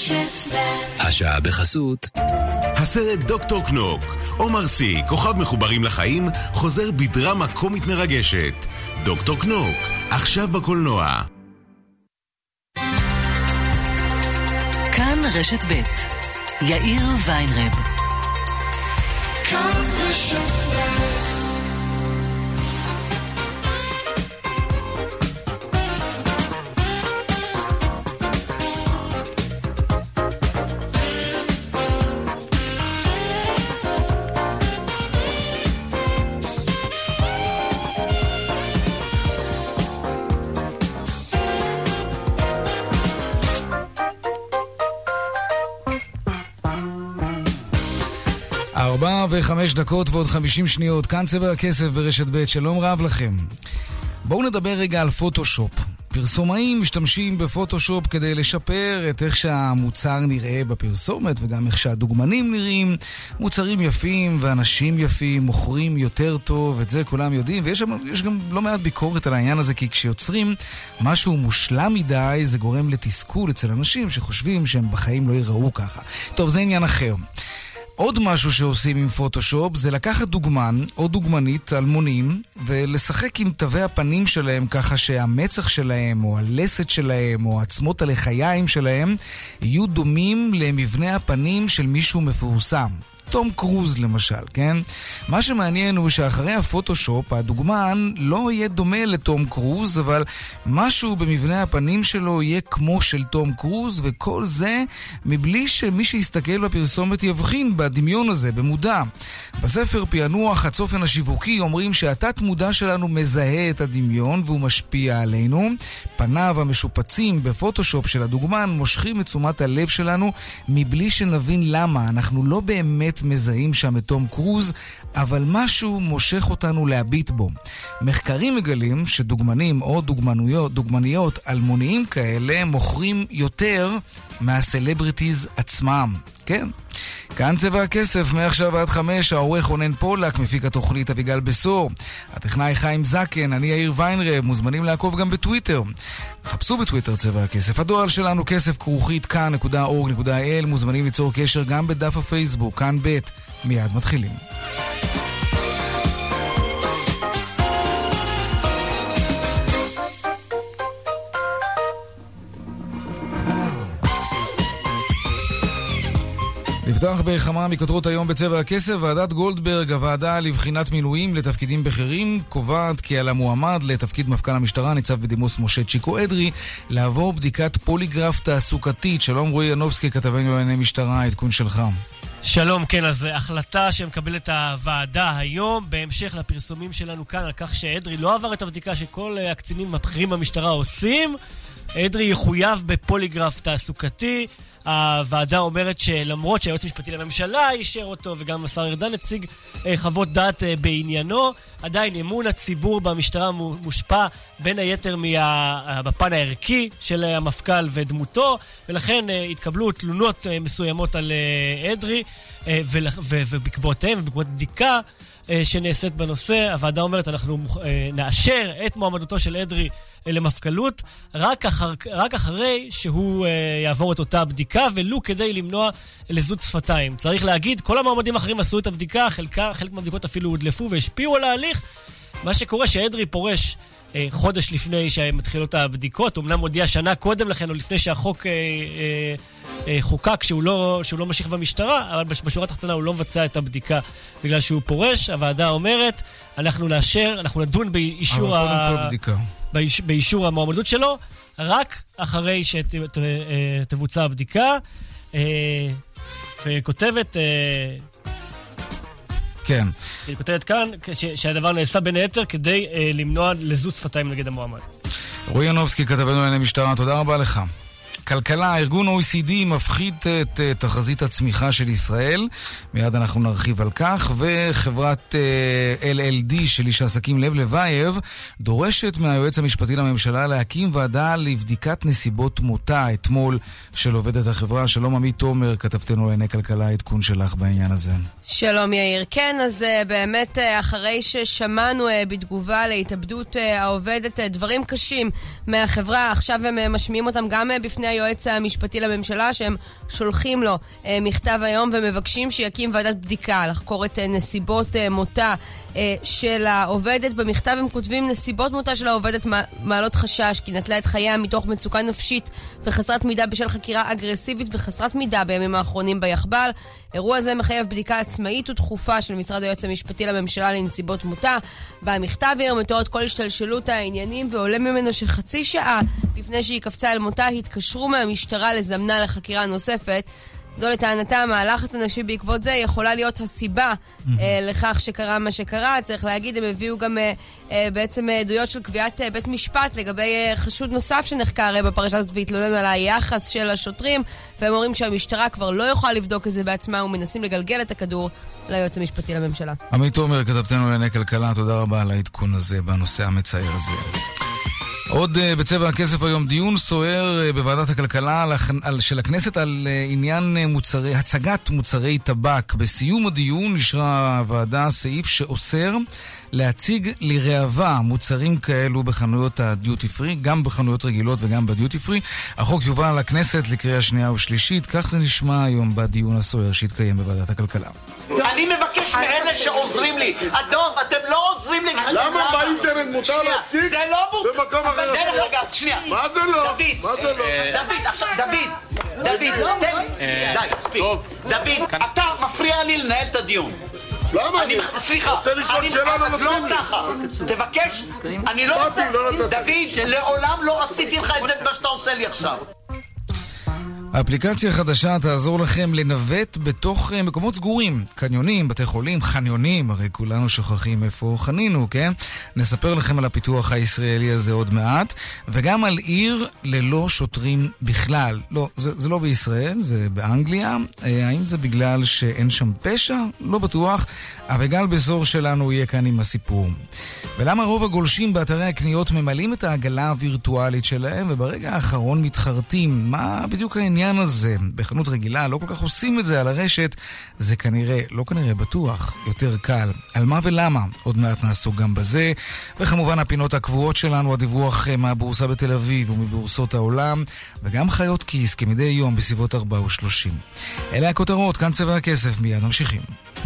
השעה בחסות הסרט דוקטור קנוק. עומר סי, כוכב מחוברים לחיים, חוזר בדרמה קומית מרגשת. דוקטור קנוק, עכשיו בקולנוע. כאן רשת ב' יאיר ויינרב. כאן רשת ב'. ו5 דקות ועוד 50 שניות, כאן צבע הכסף ברשת ב', שלום רב לכם. בואו נדבר רגע על פוטושופ. פרסומאים משתמשים בפוטושופ כדי לשפר את איך שהמוצר נראה בפרסומת וגם איך שהדוגמנים נראים. מוצרים יפים ואנשים יפים מוכרים יותר טוב, את זה כולם יודעים, ויש גם לא מעט ביקורת על העניין הזה, כי כשיוצרים משהו מושלם מדי זה גורם לתסכול אצל אנשים שחושבים שהם בחיים לא ייראו ככה. טוב, זה עניין אחר. עוד משהו שעושים עם פוטושופ זה לקחת דוגמן או דוגמנית אלמונים ולשחק עם תווי הפנים שלהם ככה שהמצח שלהם או הלסת שלהם או עצמות הלחיים שלהם יהיו דומים למבנה הפנים של מישהו מפורסם. תום קרוז למשל, כן? מה שמעניין הוא שאחרי הפוטושופ הדוגמן לא יהיה דומה לתום קרוז, אבל משהו במבנה הפנים שלו יהיה כמו של תום קרוז, וכל זה מבלי שמי שיסתכל בפרסומת יבחין בדמיון הזה, במודע. בספר פענוח הצופן השיווקי אומרים שהתת מודע שלנו מזהה את הדמיון והוא משפיע עלינו. פניו המשופצים בפוטושופ של הדוגמן מושכים את תשומת הלב שלנו מבלי שנבין למה. אנחנו לא באמת מזהים שם את תום קרוז, אבל משהו מושך אותנו להביט בו. מחקרים מגלים שדוגמנים או דוגמניות אלמוניים כאלה מוכרים יותר מהסלבריטיז עצמם. כן? כאן צבע הכסף, מעכשיו עד 5, העורך רונן פולק, מפיק התוכנית אביגל בסור, הטכנאי חיים זקן, אני יאיר ויינרב, מוזמנים לעקוב גם בטוויטר. חפשו בטוויטר צבע הכסף. הדואל שלנו כסף@כאן.org.il, מוזמנים ליצור קשר גם בדף הפייסבוק, כאן ב'. מיד מתחילים. נפתח בכמה מכותרות היום בצבע הכסף. ועדת גולדברג, הוועדה לבחינת מינויים לתפקידים בכירים, קובעת כי על המועמד לתפקיד מפכ"ל המשטרה, ניצב בדימוס משה צ'יקו אדרי, לעבור בדיקת פוליגרף תעסוקתית. שלום רועי ינובסקי, כתבנו לענייני משטרה, העדכון שלך. שלום, כן, אז החלטה שמקבלת הוועדה היום, בהמשך לפרסומים שלנו כאן על כך שאדרי לא עבר את הבדיקה שכל הקצינים הבכירים במשטרה עושים. אדרי יחויב בפוליגרף תעסוקתי. הוועדה אומרת שלמרות שהיועץ המשפטי לממשלה אישר אותו וגם השר ארדן הציג חוות דעת בעניינו, עדיין אמון הציבור במשטרה מושפע בין היתר בפן הערכי של המפכ"ל ודמותו, ולכן התקבלו תלונות מסוימות על אדרי ובעקבותיהם ובעקבות בדיקה שנעשית בנושא. הוועדה אומרת אנחנו נאשר את מועמדותו של אדרי למפכ"לות רק אחרי שהוא יעבור את אותה בדיקה, ולו כדי למנוע לזות שפתיים. צריך להגיד, כל המועמדים האחרים עשו את הבדיקה, חלק מהבדיקות אפילו הודלפו והשפיעו על ההליך. מה שקורה שאדרי פורש חודש לפני שמתחילות הבדיקות, אמנם הודיע שנה קודם לכן או לפני שהחוק חוקק שהוא לא משיך במשטרה, אבל בשורה התחתונה הוא לא מבצע את הבדיקה בגלל שהוא פורש. הוועדה אומרת אנחנו נאשר, אנחנו נדון באישור המועמדות שלו רק אחרי שתבוצע הבדיקה. וכותבת כן. היא כותבת כאן שהדבר נעשה בין היתר כדי למנוע לזות שפתיים נגד המועמד. רועי ינובסקי, כתבנו לענייני משטרה, תודה רבה לך. כלכלה, ארגון OECD מפחית את תחזית הצמיחה של ישראל, מיד אנחנו נרחיב על כך, וחברת LLD של איש העסקים לב לבייב דורשת מהיועץ המשפטי לממשלה להקים ועדה לבדיקת נסיבות מותה אתמול של עובדת החברה. שלום עמית תומר, כתבתנו לענייני כלכלה, עדכון שלך בעניין הזה. שלום יאיר, כן, אז באמת אחרי ששמענו בתגובה להתאבדות העובדת דברים קשים מהחברה, עכשיו הם משמיעים אותם גם בפני היועץ המשפטי לממשלה, שהם שולחים לו מכתב היום ומבקשים שיקים ועדת בדיקה לחקור את נסיבות מותה של העובדת. במכתב הם כותבים: נסיבות מותה של העובדת מעלות חשש כי נטלה את חייה מתוך מצוקה נפשית וחסרת מידע בשל חקירה אגרסיבית וחסרת מידע בימים האחרונים ביחבל. אירוע זה מחייב בדיקה עצמאית ודחופה של משרד היועץ המשפטי לממשלה לנסיבות מותה. במכתב מתוארת כל השתלשלות העניינים, ועולה ממנו שחצי שעה לפני שהיא קפצה אל מותה התקשרו מהמשטרה לזמנה לחקירה נוספת. זו לטענתם, הלחץ הנפשי בעקבות זה יכולה להיות הסיבה לכך שקרה מה שקרה. צריך להגיד, הם הביאו גם בעצם עדויות של קביעת בית משפט לגבי חשוד נוסף שנחקר בפרשה הזאת והתלונן על היחס של השוטרים, והם אומרים שהמשטרה כבר לא יכולה לבדוק את זה בעצמה ומנסים לגלגל את הכדור ליועץ המשפטי לממשלה. עמית תומר, כתבתנו לענייני כלכלה, תודה רבה על העדכון הזה בנושא המצער הזה. עוד בצבע הכסף היום דיון סוער בוועדת הכלכלה של הכנסת על עניין הצגת מוצרי טבק. בסיום הדיון אישרה הוועדה סעיף שאוסר להציג לרעבה מוצרים כאלו בחנויות הדיוטי פרי, גם בחנויות רגילות וגם בדיוטי פרי. החוק יובא לכנסת לקריאה שנייה ושלישית, כך זה נשמע היום בדיון הסוער שהתקיים בוועדת הכלכלה. אני מבקש מאלה שעוזרים לי, אדום, אתם לא עוזרים לי. למה באינטרנט מותר להציג? זה לא מותר. במקום אחר. דרך אגב, שנייה. מה זה לא? דוד, עכשיו, דוד, די, מספיק. דוד, אתה מפריע לי לנהל את הדיון. למה? סליחה, אז לא ככה. תבקש, אני לא עושה. דוד, לעולם לא עשיתי לך את זה מה שאתה עושה לי עכשיו. האפליקציה החדשה תעזור לכם לנווט בתוך מקומות סגורים, קניונים, בתי חולים, חניונים, הרי כולנו שוכחים איפה חנינו, כן? נספר לכם על הפיתוח הישראלי הזה עוד מעט, וגם על עיר ללא שוטרים בכלל. לא, זה לא בישראל, זה באנגליה. האם זה בגלל שאין שם פשע? לא בטוח. אביגל בסור שלנו יהיה כאן עם הסיפור. ולמה רוב הגולשים באתרי הקניות ממלאים את העגלה הווירטואלית שלהם, וברגע האחרון מתחרטים? מה בדיוק העניין הזה? בחנות רגילה לא כל כך עושים את זה, על הרשת זה כנראה, לא כנראה, בטוח, יותר קל. על מה ולמה? עוד מעט נעסוק גם בזה. וכמובן הפינות הקבועות שלנו, הדיווח מהבורסה בתל אביב ומבורסות העולם, וגם חיות כיס כמדי יום בסביבות 4:30. אלה הכותרות, כאן צבע הכסף, מיד ממשיכים.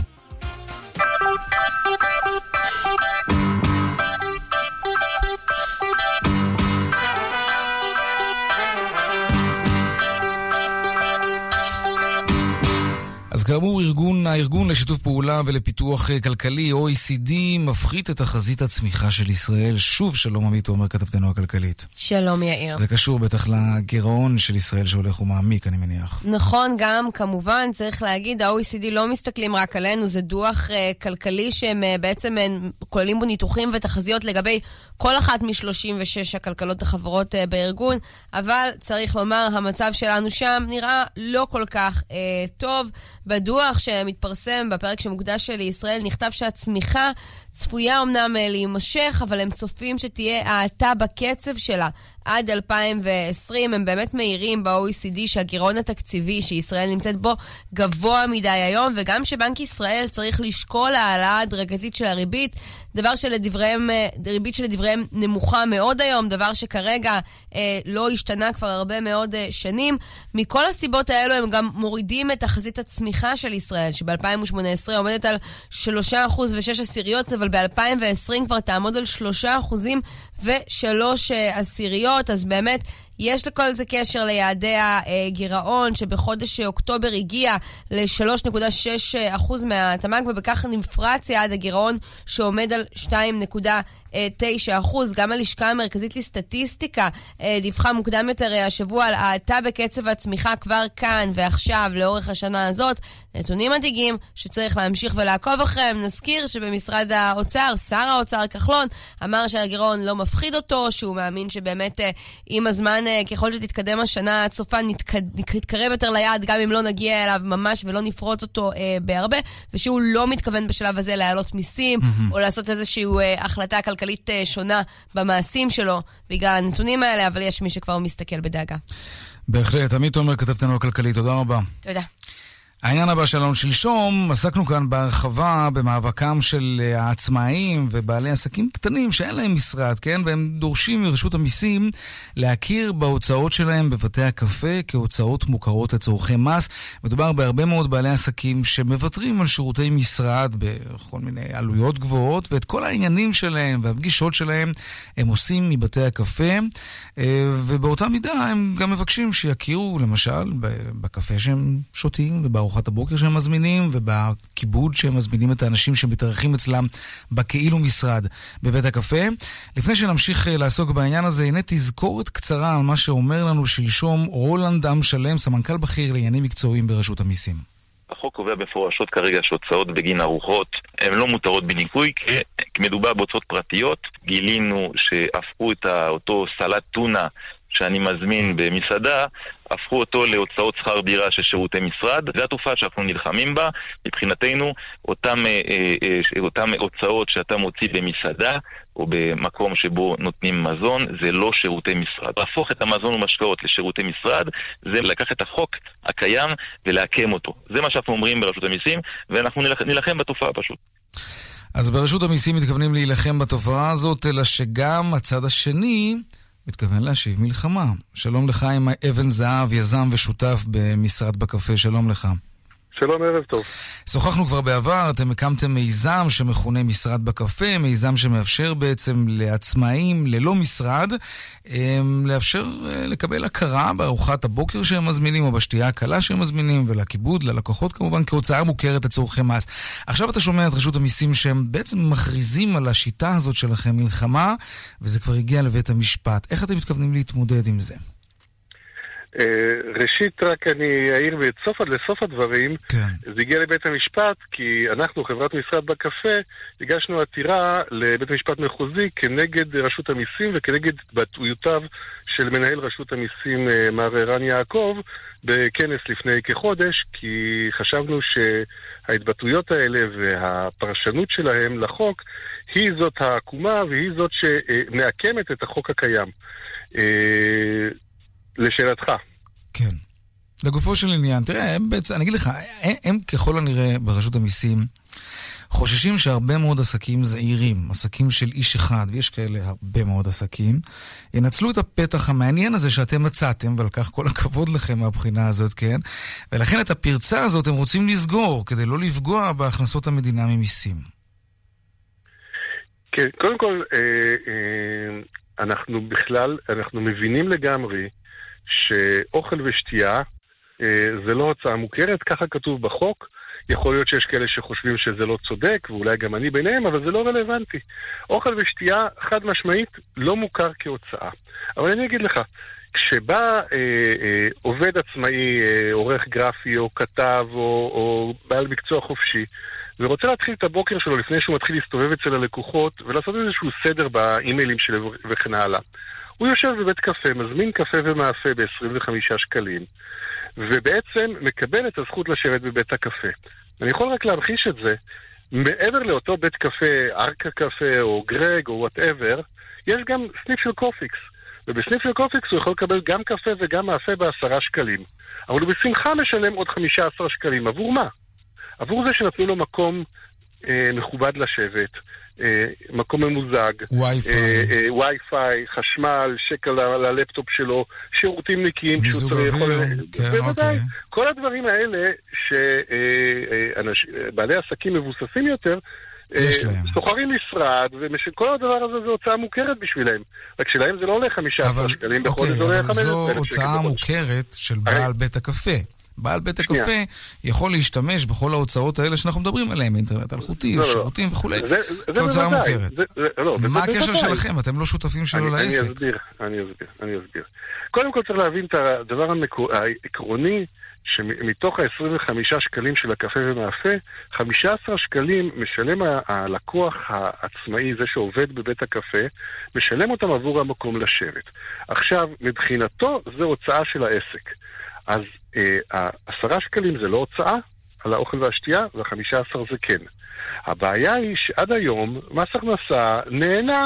אז כאמור, הארגון לשיתוף פעולה ולפיתוח כלכלי, OECD, מפחית את תחזית הצמיחה של ישראל. שוב, שלום עמית תומר, כתבתנו הכלכלית. שלום יאיר. זה קשור בטח לגירעון של ישראל שהולך ומעמיק, אני מניח. נכון, גם כמובן צריך להגיד, ה-OECD לא מסתכלים רק עלינו, זה דוח כלכלי שהם בעצם כוללים בו ניתוחים ותחזיות לגבי כל אחת מ-36 הכלכלות החברות בארגון, אבל צריך לומר, המצב שלנו שם נראה לא כל כך טוב. בדוח שמתפרסם בפרק שמוקדש לישראל נכתב שהצמיחה צפויה אמנם להימשך, אבל הם צופים שתהיה האטה בקצב שלה עד 2020. הם באמת מהירים ב-OECD שהגירעון התקציבי שישראל נמצאת בו גבוה מדי היום, וגם שבנק ישראל צריך לשקול העלאה הדרגתית של הריבית, דבר שלדבריהם, ריבית שלדבריהם נמוכה מאוד היום, דבר שכרגע לא השתנה כבר הרבה מאוד שנים. מכל הסיבות האלו הם גם מורידים את תחזית הצמיחה של ישראל, שב-2018 עומדת על 3.6%, אבל ב-2020 כבר תעמוד על 3.3%. אז באמת יש לכל זה קשר ליעדי הגירעון, שבחודש אוקטובר הגיע ל-3.6% מהתמ"ג, ובכך נפרץ יעד הגירעון שעומד על 2.9%. גם הלשכה המרכזית לסטטיסטיקה דיווחה מוקדם יותר השבוע על האטה בקצב הצמיחה כבר כאן ועכשיו לאורך השנה הזאת. נתונים מדאיגים שצריך להמשיך ולעקוב אחריהם. נזכיר שבמשרד האוצר, שר האוצר כחלון אמר שהגירעון לא מפחיד אותו, שהוא מאמין שבאמת עם הזמן, ככל שתתקדם השנה הצופה, נתקרב יותר ליעד, גם אם לא נגיע אליו ממש ולא נפרוץ אותו בהרבה, ושהוא לא מתכוון בשלב הזה להעלות מיסים או לעשות איזושהי החלטה כלכלית שונה במעשים שלו בגלל הנתונים האלה, אבל יש מי שכבר מסתכל בדאגה. בהחלט. עמית תומר, כתבתנו הכלכלית, תודה רבה. תודה. העניין הבא שלנו, שלשום עסקנו כאן בהרחבה במאבקם של העצמאים ובעלי עסקים קטנים שאין להם משרד, כן? והם דורשים מרשות המיסים להכיר בהוצאות שלהם בבתי הקפה כהוצאות מוכרות לצורכי מס. מדובר בהרבה מאוד בעלי עסקים שמוותרים על שירותי משרד בכל מיני עלויות גבוהות, ואת כל העניינים שלהם והפגישות שלהם הם עושים מבתי הקפה, ובאותה מידה הם גם מבקשים שיכירו למשל בקפה שהם שותים ובארוחת הבוקר שהם מזמינים ובכיבוד שהם מזמינים את האנשים שמתארחים אצלם בכאילו משרד בבית הקפה. לפני שנמשיך לעסוק בעניין הזה, הנה תזכורת קצרה על מה שאומר לנו שלשום רולנד עם שלם, סמנכ"ל בכיר לעניינים מקצועיים ברשות המיסים. החוק קובע בפורשות כרגע שהוצאות בגין ארוחות הן לא מותרות בניכוי, כי מדובר בהוצאות פרטיות. גילינו שהפכו את אותו סלט טונה שאני מזמין במסעדה, הפכו אותו להוצאות שכר דירה של שירותי משרד. זו התופעה שאנחנו נלחמים בה. מבחינתנו, אותם הוצאות שאתה מוציא במסעדה או במקום שבו נותנים מזון, זה לא שירותי משרד. להפוך את המזון ומשקאות לשירותי משרד, זה לקחת את החוק הקיים ולהקם אותו. זה מה שאנחנו אומרים ברשות המיסים, ואנחנו נלחם בתופעה פשוט. אז ברשות המיסים מתכוונים להילחם בתופעה הזאת, אלא שגם הצד השני מתכוון להשיב מלחמה. שלום לך עם אבן זהב, יזם ושותף במשרד בקפה, שלום לך. שלום, ערב טוב. שוחחנו כבר בעבר, אתם הקמתם מיזם שמכונה משרד בקפה, מיזם שמאפשר בעצם לעצמאים ללא משרד, לאפשר לקבל הכרה בארוחת הבוקר שהם מזמינים או בשתייה הקלה שהם מזמינים, ולכיבוד, ללקוחות כמובן, כהוצאה מוכרת לצורכי מס. עכשיו אתה שומע את רשות המיסים שהם בעצם מכריזים על השיטה הזאת שלכם מלחמה, וזה כבר הגיע לבית המשפט. איך אתם מתכוונים להתמודד עם זה? ראשית רק אני אעיר לסוף הדברים, זה הגיע לבית המשפט כי אנחנו, חברת משרד בקפה, הגשנו עתירה לבית המשפט מחוזי כנגד רשות המיסים וכנגד התבטאויותיו של מנהל רשות המיסים מר ערן יעקב בכנס לפני כחודש, כי חשבנו שההתבטאויות האלה והפרשנות שלהם לחוק היא זאת העקומה והיא זאת שמעקמת את החוק הקיים. לשאלתך. כן. לגופו של עניין, תראה, אני אגיד לך, הם ככל הנראה ברשות המיסים חוששים שהרבה מאוד עסקים זעירים, עסקים של איש אחד, ויש כאלה הרבה מאוד עסקים, ינצלו את הפתח המעניין הזה שאתם מצאתם, ועל כך כל הכבוד לכם מהבחינה הזאת, כן? ולכן את הפרצה הזאת הם רוצים לסגור, כדי לא לפגוע בהכנסות המדינה ממיסים. כן, קודם כל, אנחנו מבינים לגמרי שאוכל ושתייה זה לא הוצאה מוכרת, ככה כתוב בחוק. יכול להיות שיש כאלה שחושבים שזה לא צודק, ואולי גם אני ביניהם, אבל זה לא רלוונטי. אוכל ושתייה חד משמעית לא מוכר כהוצאה. אבל אני אגיד לך, כשבא עובד עצמאי, עורך גרפי או כתב או בעל מקצוע חופשי, ורוצה להתחיל את הבוקר שלו לפני שהוא מתחיל להסתובב אצל הלקוחות ולעשות איזשהו סדר באימיילים שלו וכן הלאה. הוא יושב בבית קפה, מזמין קפה ומאפה ב-25 שקלים, ובעצם מקבל את הזכות לשבת בבית הקפה. אני יכול רק להמחיש את זה. מעבר לאותו בית קפה, ארקה קפה או גרג או whatever, יש גם סניף של קופיקס. ובסניף של קופיקס הוא יכול לקבל גם קפה וגם מאפה ב10 שקלים. אבל הוא בשמחה משלם עוד 15 שקלים. עבור מה? עבור זה שנתנו לו מקום מכובד לשבת, מקום ממוזג, וי-פיי, חשמעל, שקל ללפטופ שלו, שירותים נקיים, בוודאי. כל הדברים האלה שבעלי עסקים מבוססים יותר, סוחרים משרד, וכל הדבר הזה זה הוצאה מוכרת בשבילהם. רק שלהם זה לא עולה 15 שקלים, בכל זה עולה 15 שקלים. אבל זו הוצאה מוכרת של בעל בית הקפה. בעל בית הקפה יכול להשתמש בכל ההוצאות האלה שאנחנו מדברים עליהם, אינטרנט אלחוטי, שירותים וכו', כהוצאה מוכרת. מה הקשר שלכם? אתם לא שותפים שלו לעסק. אני אסביר. קודם כל צריך להבין את הדבר העקרוני, שמתוך ה-25 שקלים של הקפה ומאפה, 15 שקלים משלם הלקוח העצמאי, זה שעובד בבית הקפה, משלם אותם עבור המקום לשבת. עכשיו, מבחינתו זה הוצאה של העסק. אז 10 שקלים זה לא הוצאה על האוכל והשתייה, ו15 זה כן. הבעיה היא שעד היום מס הכנסה נהנה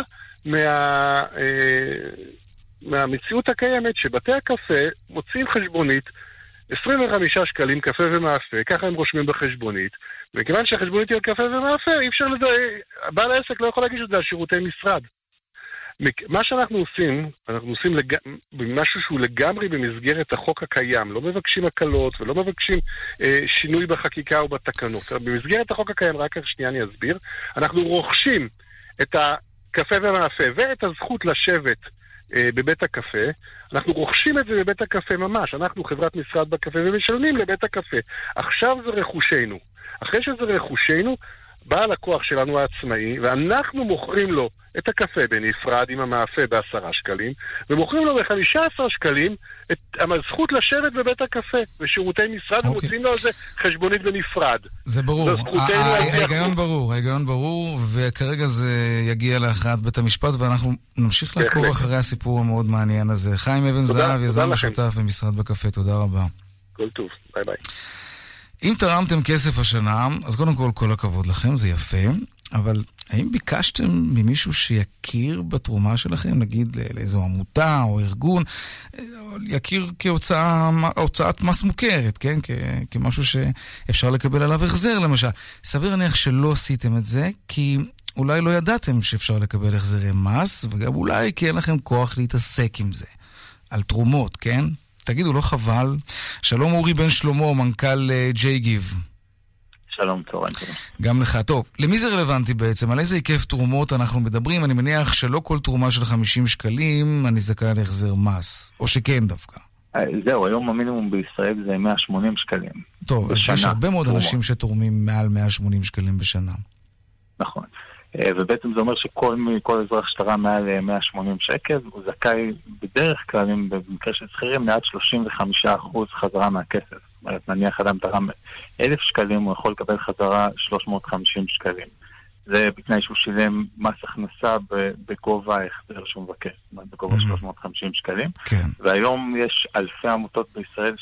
מהמציאות הקיימת שבתי הקפה מוציאים חשבונית 25 שקלים קפה ומאפה, ככה הם רושמים בחשבונית, וכיוון שהחשבונית היא על קפה ומאפה, אי אפשר בעל העסק לא יכול להגיש את זה על שירותי משרד. מה שאנחנו עושים, אנחנו עושים משהו שהוא לגמרי במסגרת החוק הקיים, לא מבקשים הקלות ולא מבקשים שינוי בחקיקה או בתקנות. במסגרת החוק הקיים, רק שנייה אני אסביר, אנחנו רוכשים את הקפה ומאפה ואת הזכות לשבת בבית הקפה, אנחנו רוכשים את זה בבית הקפה ממש, אנחנו חברת משרד בקפה ומשלמים לבית הקפה. עכשיו זה רכושנו. אחרי שזה רכושנו, בא הלקוח שלנו העצמאי, ואנחנו מוכרים לו את הקפה בנפרד עם המאפה ב10 שקלים, ומוכרים לו ב15 שקלים את הזכות לשבת בבית הקפה, בשירותי משרד, ומוצאים לו על זה חשבונית בנפרד. זה ברור, ההיגיון ברור, וכרגע זה יגיע להכרעת בית המשפט, ואנחנו נמשיך לעקוב אחרי הסיפור המאוד מעניין הזה. חיים אבן זהב, יזם משותף במשרד בקפה, תודה רבה. כל טוב, ביי ביי. אם תרמתם כסף השנה, אז קודם כל הכבוד לכם, זה יפה, אבל האם ביקשתם ממישהו שיכיר בתרומה שלכם, נגיד לאיזו עמותה או ארגון, יכיר כהוצאת מס מוכרת, כן? כמשהו שאפשר לקבל עליו החזר למשל. סביר להניח שלא עשיתם את זה, כי אולי לא ידעתם שאפשר לקבל החזרי מס, וגם אולי כי אין לכם כוח להתעסק עם זה. על תרומות, כן? תגידו, לא חבל? שלום אורי בן שלמה, מנכ"ל ג'ייגיב. שלום, צהריים טובים. גם לך. טוב, למי זה רלוונטי בעצם? על איזה היקף תרומות אנחנו מדברים? אני מניח שלא כל תרומה של 50 שקלים אני זכאי להחזר מס, או שכן דווקא. זהו, היום המינימום בישראל זה 180 שקלים. טוב, אז יש הרבה מאוד אנשים שתורמים מעל 180 שקלים בשנה. נכון. ובעצם זה אומר שכל אזרח שתרם מעל 180 שקל, הוא זכאי בדרך כלל, במקרה של שכירים, מעט 35% חזרה מהכסף. זאת אומרת, נניח אדם תרם 1,000 שקלים, הוא יכול לקבל חזרה 350 שקלים. זה בתנאי שהוא שילם מס הכנסה בגובה ההחזר שהוא מבקש, זאת אומרת, בגובה 350 שקלים. כן. והיום יש אלפי עמותות בישראל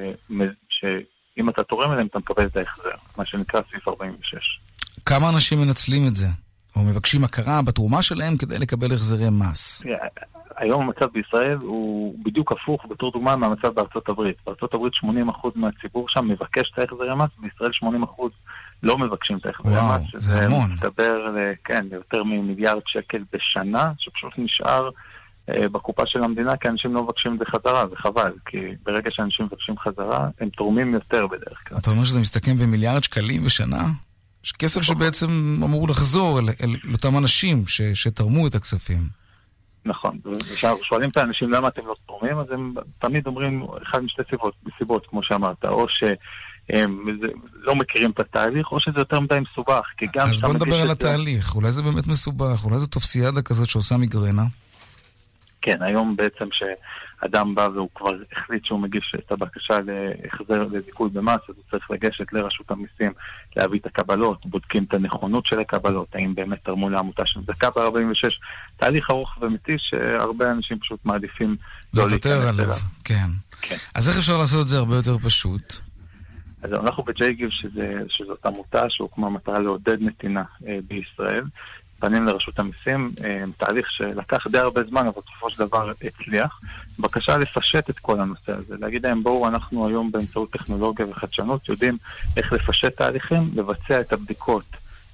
שאם אתה תורם אליהם, אתה מקבל את ההחזר, מה שנקרא סעיף 46. כמה אנשים מנצלים את זה? או מבקשים הכרה בתרומה שלהם כדי לקבל החזרי מס? היום המצב בישראל הוא בדיוק הפוך בתור דוגמה מהמצב בארצות הברית. בארצות הברית 80% מהציבור שם מבקש את ההחזרי מס, בישראל 80% לא מבקשים את ההחזרי מס. זה המון. זה מדבר, כן, ליותר ממיליארד שקל בשנה, שפשוט נשאר בקופה של המדינה, כי אנשים לא מבקשים את זה חזרה, זה חבל, כי ברגע שאנשים מבקשים חזרה, הם תורמים יותר בדרך כלל. אתה אומר שזה מסתכם במיליארד שקלים בשנה? כסף שבעצם אמור לחזור אל אותם אנשים שתרמו את הכספים. נכון, ושואלים את האנשים למה אתם לא תורמים, אז הם תמיד אומרים אחד משתי סיבות, כמו שאמרת, או שהם לא מכירים את התהליך, או שזה יותר מדי מסובך. אז בוא נדבר על התהליך, אולי זה באמת מסובך, אולי זו טופסיאדה כזאת שעושה מיגרנה. כן, היום בעצם שאדם בא והוא כבר החליט שהוא מגיש את הבקשה להחזר לזיכוי במס, אז הוא צריך לגשת לרשות המיסים, להביא את הקבלות, בודקים את הנכונות של הקבלות, האם באמת תרמו לעמותה של זכה ב-46, תהליך ארוך ומתיש שהרבה אנשים פשוט מעדיפים לא לוותר עליו. כן. אז איך אפשר לעשות את זה הרבה יותר פשוט? אז אנחנו בג'ייגיב, שזאת עמותה שהוקמה מטרה לעודד נתינה בישראל, פנים לרשות המיסים, תהליך שלקח די הרבה זמן, אבל בסופו של דבר הצליח. בקשה לפשט את כל הנושא הזה. להגיד להם, בואו, אנחנו היום באמצעות טכנולוגיה וחדשנות יודעים איך לפשט תהליכים, לבצע את הבדיקות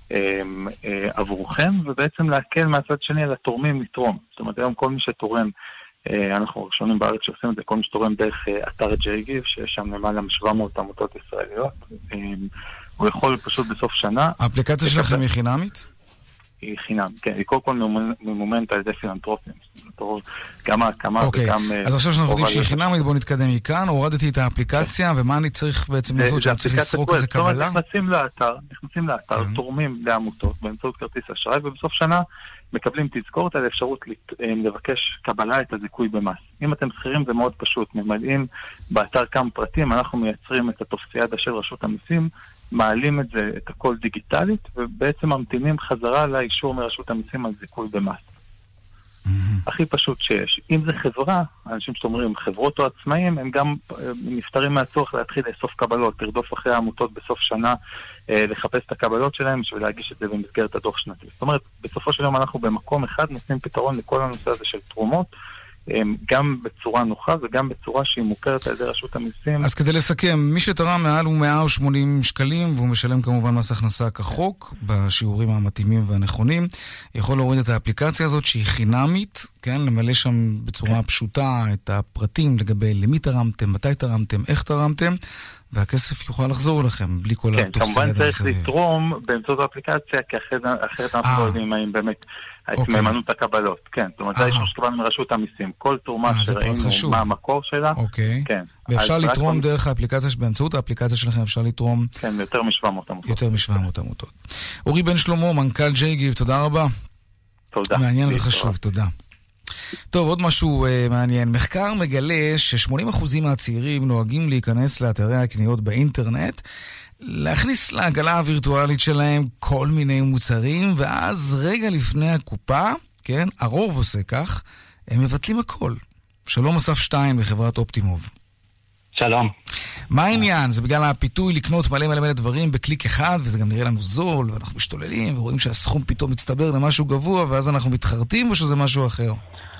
עבורכם, ובעצם להקל מהצד שני על התורמים לתרום. זאת אומרת, היום כל מי שתורם, אנחנו ראשונים בארץ שעושים את זה, כל מי שתורם דרך אתר ג'ייגיב, שיש שם למעלה מ-700 עמותות ישראליות, הוא יכול פשוט בסוף שנה... האפליקציה שלכם היא חינמית? היא חינם, כן, היא קודם כל ממומנת על ידי פילנטרופים. גם ההקמה וגם... אז עכשיו שאנחנו יודעים שהיא חינמית, בואו נתקדם מכאן, הורדתי את האפליקציה, ומה אני צריך בעצם לעשות, שאני צריך לסרוק איזה קבלה? נכנסים לאתר, תורמים לעמותות באמצעות כרטיס אשראי, ובסוף שנה מקבלים תזכורת על האפשרות לבקש קבלה את הזיכוי במס. אם אתם שכירים זה מאוד פשוט, ממלאים באתר כמה פרטים, אנחנו מייצרים את הטופסיאדה של רשות המיסים, מעלים את זה, את הכל דיגיטלית, ובעצם ממתינים חזרה לאישור מרשות המיסים על זיכוי במס. הכי פשוט שיש. אם זה חברה, אנשים שאומרים חברות או עצמאים, הם גם נפטרים מהצורך להתחיל לאסוף קבלות, לרדוף אחרי העמותות בסוף שנה, לחפש את הקבלות שלהם, ולהגיש את זה במסגרת הדוח שנתי. זאת אומרת, בסופו של יום אנחנו במקום אחד נותנים פתרון לכל הנושא הזה של תרומות, גם בצורה נוחה וגם בצורה שהיא מוכרת על ידי רשות המיסים. אז כדי לסכם, מי שתרם מעל הוא 180 שקלים, והוא משלם כמובן מס הכנסה כחוק, בשיעורים המתאימים והנכונים, יכול להוריד את האפליקציה הזאת שהיא חינמית, כן, למלא שם בצורה פשוטה את הפרטים לגבי למי תרמתם, מתי תרמתם, איך תרמתם, והכסף יוכל לחזור לכם, בלי כל התופסי יד. כמובן צריך לתרום באמצעות האפליקציה, כי אחרת אנחנו לא יודעים האם באמת מהימנות הקבלות. כן, זאת אומרת, זה אישור שקיבלנו מרשות המיסים. כל תרומה שראינו מה המקור שלה. אוקיי. ואפשר לתרום דרך האפליקציה, באמצעות האפליקציה שלכם אפשר לתרום. כן, יותר מ-700 עמותות. יותר מ-700 עמותות. אורי בן שלמה, מנכ"ל ג'ייגיב, תודה רבה. תודה. מעניין וחשוב, תודה. טוב, עוד משהו מעניין. מחקר מגלה ש80% מהצעירים נוהגים להיכנס לאתרי הקניות באינטרנט, להכניס לעגלה הווירטואלית שלהם כל מיני מוצרים, ואז רגע לפני הקופה, כן, הרוב עושה כך, הם מבטלים הכל. שלום אסף שטיין בחברת אופטימוב. שלום. מה העניין? זה בגלל הפיתוי לקנות מלא דברים בקליק אחד, וזה גם נראה לנו זול, ואנחנו משתוללים, ורואים שהסכום פתאום מצטבר למשהו גבוה, ואז אנחנו מתחרטים, או שזה משהו אחר?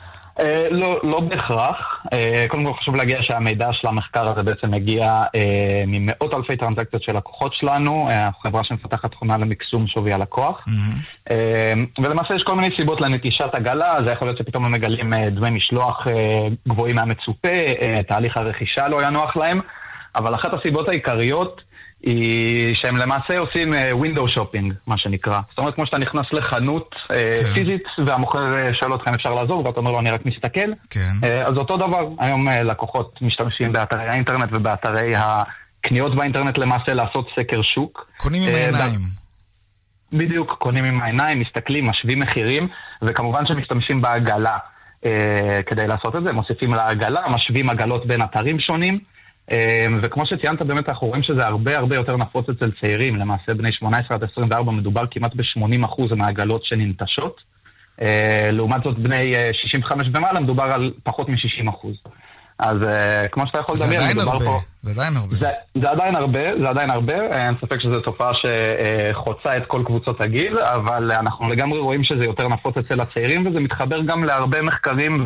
לא בהכרח. קודם כל חשוב להגיע שהמידע של המחקר הזה בעצם מגיע ממאות אלפי טרנזקציות של לקוחות שלנו, החברה שמפתחת תכונה למקסום שווי הלקוח. ולמעשה יש כל מיני סיבות לנטישת עגלה, זה יכול להיות שפתאום הם מגלים דמי משלוח גבוהים מהמצופה, תהליך הרכישה לא היה נוח להם, אבל אחת הסיבות העיקריות היא שהם למעשה עושים window shopping, מה שנקרא. זאת אומרת, כמו שאתה נכנס לחנות פיזית, והמוכר שואל אותך אם אפשר לעזור, ואתה אומר לו, אני רק מסתכל. אז אותו דבר, היום לקוחות משתמשים באתרי האינטרנט ובאתרי הקניות באינטרנט למעשה לעשות סקר שוק. קונים עם העיניים. בדיוק, קונים עם העיניים, מסתכלים, משווים מחירים, וכמובן שמשתמשים בעגלה כדי לעשות את זה. מוסיפים לעגלה, משווים עגלות בין אתרים שונים, וכמו שציינת באמת אנחנו רואים שזה הרבה יותר נפוץ אצל צעירים, למעשה בני 18 עד 24 מדובר כמעט ב-80% מהעגלות שננטשות, לעומת זאת בני 65 ומעלה מדובר על פחות מ-60%. אז כמו שאתה יכול לדמיין, מדובר פה... זה עדיין הרבה. זה עדיין הרבה, אין ספק שזו תופעה שחוצה את כל קבוצות הגיל, אבל אנחנו לגמרי רואים שזה יותר נפוץ אצל הצעירים, וזה מתחבר גם להרבה מחקרים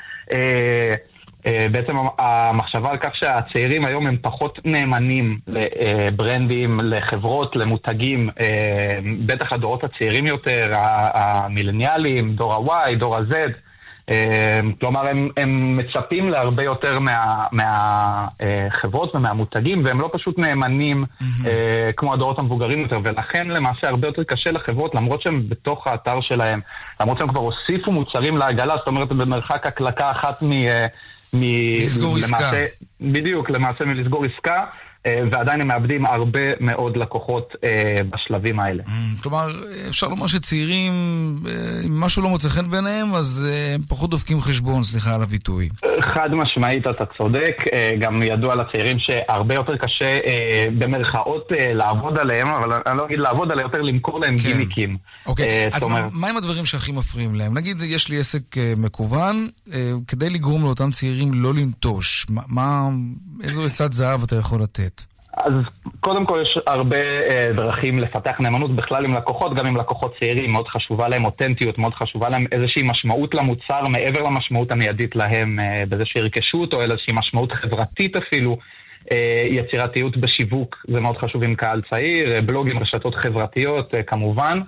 בעצם המחשבה על כך שהצעירים היום הם פחות נאמנים לברנדים, לחברות, למותגים, בטח הדורות הצעירים יותר, המילניאלים, דור ה-Y, דור ה-Z, כלומר הם מצפים להרבה יותר מהחברות ומהמותגים, והם לא פשוט נאמנים כמו הדורות המבוגרים יותר, ולכן למעשה הרבה יותר קשה לחברות, למרות שהם בתוך האתר שלהם, למרות שהם כבר הוסיפו מוצרים לעגלה, זאת אומרת במרחק הקלקה אחת לסגור עסקה. בדיוק, למעשה מלסגור עסקה, ועדיין הם מאבדים הרבה מאוד לקוחות בשלבים האלה. כלומר, אפשר לומר שצעירים, אם משהו לא מוצא חן ביניהם, אז הם פחות דופקים חשבון, סליחה על הביטוי. חד משמעית, אתה צודק. גם ידוע לצעירים שהרבה יותר קשה במרכאות לעבוד עליהם, אבל אני לא אגיד לעבוד עליהם, יותר למכור להם גימיקים. אוקיי, אז מה עם הדברים שהכי מפריעים להם? נגיד, יש לי עסק מקוון, כדי לגרום לאותם צעירים לא לנטוש. איזו עצת זהב אתה יכול לתת? אז קודם כל יש הרבה דרכים לפתח נאמנות בכלל עם לקוחות, גם עם לקוחות צעירים, מאוד חשובה להם אותנטיות, מאוד חשובה להם איזושהי משמעות למוצר מעבר למשמעות המיידית להם, בזה שירכשו אותו, איזושהי משמעות חברתית אפילו, יצירתיות בשיווק, זה מאוד חשוב עם קהל צעיר, בלוגים, רשתות חברתיות כמובן,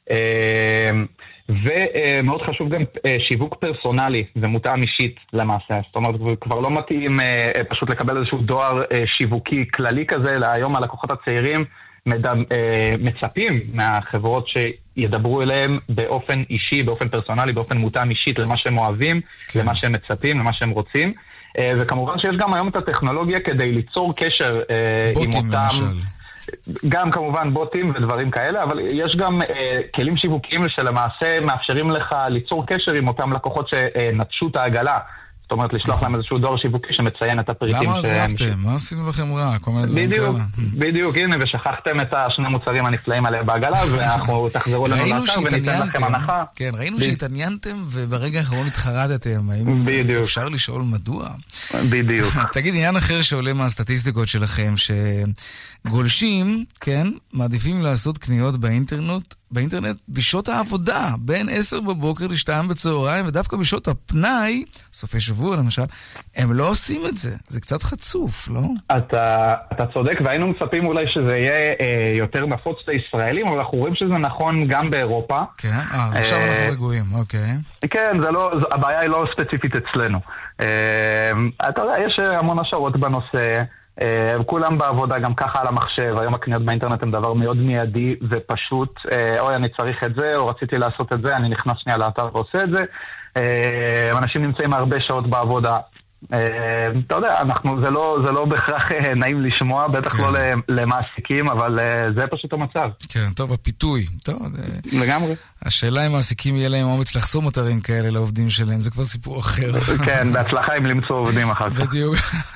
ומאוד חשוב גם שיווק פרסונלי ומותאם אישית למעשה. זאת אומרת, כבר לא מתאים פשוט לקבל איזשהו דואר שיווקי כללי כזה, להיום הלקוחות הצעירים מצפים מהחברות שידברו אליהם באופן אישי, באופן פרסונלי, באופן מותאם אישית למה שהם אוהבים, למה שהם מצפים, למה שהם רוצים. וכמובן שיש גם היום את הטכנולוגיה כדי ליצור קשר עם אותם... גם כמובן בוטים ודברים כאלה, אבל יש גם כלים שיווקיים שלמעשה מאפשרים לך ליצור קשר עם אותם לקוחות שנטשו את העגלה. זאת אומרת, לשלוח להם איזשהו דור שיווקי שמציין את הפריטים. למה עזבתם? מה עשינו לכם רע? בדיוק, הנה, ושכחתם את השני מוצרים הנפלאים עליהם בעגלה, ואנחנו תחזרו לנו לאתר וניתן לכם הנחה. כן, ראינו שהתעניינתם, וברגע האחרון התחרטתם. האם אפשר לשאול מדוע? בדיוק. תגיד, עניין אחר שעולה מהסטטיסטיקות שלכם, שגולשים, כן, מעדיפים לעשות קניות באינטרנט בשעות העבודה, בין 10 בבוקר ל2 בצהריים, ודווקא בשעות הפנאי, סופי שבוע למשל, הם לא עושים את זה. זה קצת חצוף, לא? אתה צודק, והיינו מצפים אולי שזה יהיה יותר נפוץ לישראלים, אבל אנחנו רואים שזה נכון גם באירופה. כן, אז עכשיו אנחנו רגועים, אוקיי. כן, הבעיה היא לא ספציפית אצלנו. אתה יודע, יש המון השערות בנושא, כולם בעבודה גם ככה על המחשב, היום הקניות באינטרנט הם דבר מאוד מיידי ופשוט, אוי אני צריך את זה, או רציתי לעשות את זה, אני נכנס שנייה לאתר ועושה את זה. אנשים נמצאים הרבה שעות בעבודה, אתה יודע, זה לא בהכרח נעים לשמוע, בטח לא למעסיקים, אבל זה פשוט המצב. כן, טוב, הפיתוי. טוב, לגמרי. השאלה אם מעסיקים יהיה להם אומץ לחסום אתרים כאלה לעובדים שלהם, זה כבר סיפור אחר. כן, בהצלחה אם למצוא עובדים אחר כך. בדיוק.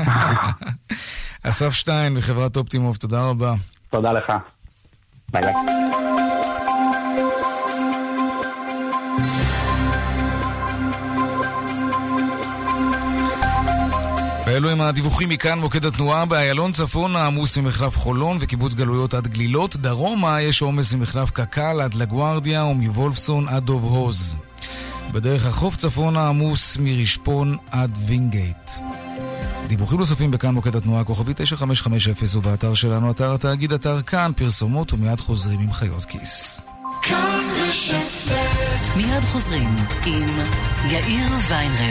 אסף שטיין מחברת אופטימוב, תודה רבה. תודה לך. ביי ביי. ואלו הם הדיווחים מכאן. מוקד התנועה באיילון צפון העמוס ממחלף חולון וקיבוץ גלויות עד גלילות. דרומה יש עומס ממחלף קקל עד לגוארדיה ומוולפסון עד דוב הוז. בדרך החוף צפון העמוס מרשפון עד וינגייט. דיווחים נוספים בכאן מוקד התנועה כוכבי 9550 ובאתר שלנו, אתר התאגיד, אתר כאן, פרסומות ומיד חוזרים עם חיות כיס. כאן רשת ב' מיד חוזרים עם יאיר ויינרב.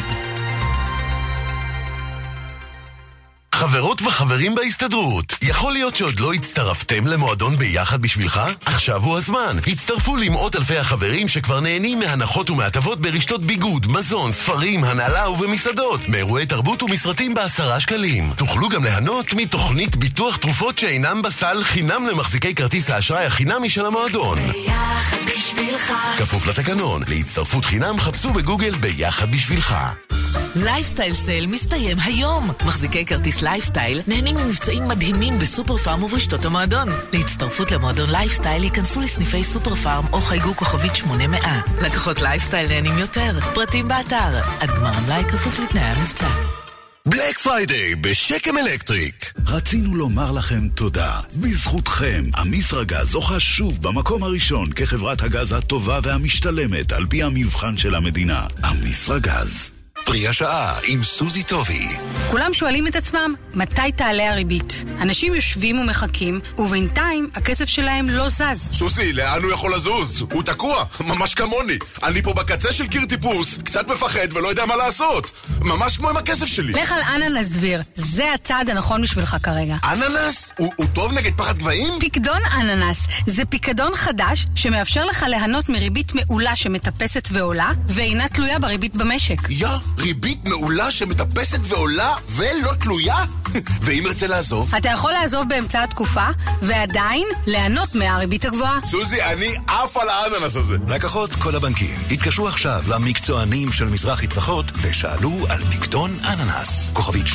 חברות וחברים בהסתדרות, יכול להיות שעוד לא הצטרפתם למועדון ביחד בשבילך? עכשיו הוא הזמן. הצטרפו למאות אלפי החברים שכבר נהנים מהנחות ומהטבות ברשתות ביגוד, מזון, ספרים, הנהלה ובמסעדות, מאירועי תרבות ומסרטים ב10 שקלים. תוכלו גם ליהנות מתוכנית ביטוח תרופות שאינם בסל חינם למחזיקי כרטיס האשראי החינמי של המועדון. ביחד בשבילך. כפוף לתקנון, להצטרפות חינם חפשו בגוגל ביחד בשבילך. לייפסטייל סייל מסתיים היום. מחזיקי כרטיס לייפסטייל נהנים ממבצעים מדהימים בסופר פארם וברשתות המועדון. להצטרפות למועדון לייפסטייל ייכנסו לסניפי סופר פארם או חייגו כוכבית 800. לקוחות לייפסטייל נהנים יותר. פרטים באתר. עד גמר המלאי כפוף לתנאי המבצע. בלק פריידיי בשקם אלקטריק. רצינו לומר לכם תודה. בזכותכם, אמיסרגז זוכה שוב במקום הראשון כחברת הגז הטובה והמשתלמת על פי המבחן של המדינה. אמיסרגז. פרי השעה עם סוזי טובי. כולם שואלים את עצמם, מתי תעלה הריבית? אנשים יושבים ומחכים, ובינתיים הכסף שלהם לא זז. סוזי, לאן הוא יכול לזוז? הוא תקוע, ממש כמוני. אני פה בקצה של קיר טיפוס, קצת מפחד ולא יודע מה לעשות. ממש כמו עם הכסף שלי. לך על אננס דביר, זה הצעד הנכון בשבילך כרגע. אננס? הוא טוב נגד פחד גבהים? פיקדון אננס, זה פיקדון חדש שמאפשר לך ליהנות מריבית מעולה שמטפסת ועולה, ואינה תלויה בריבית במשק. ריבית מעולה שמטפסת ועולה ולא תלויה? ואם ירצה לעזוב? אתה יכול לעזוב באמצע התקופה ועדיין ליהנות מהריבית הגבוהה. סוזי, אני עף על האננס הזה. לקוחות כל הבנקים התקשרו עכשיו למקצוענים של מזרחי טפחות ושאלו על פיקדון אננס. כוכבית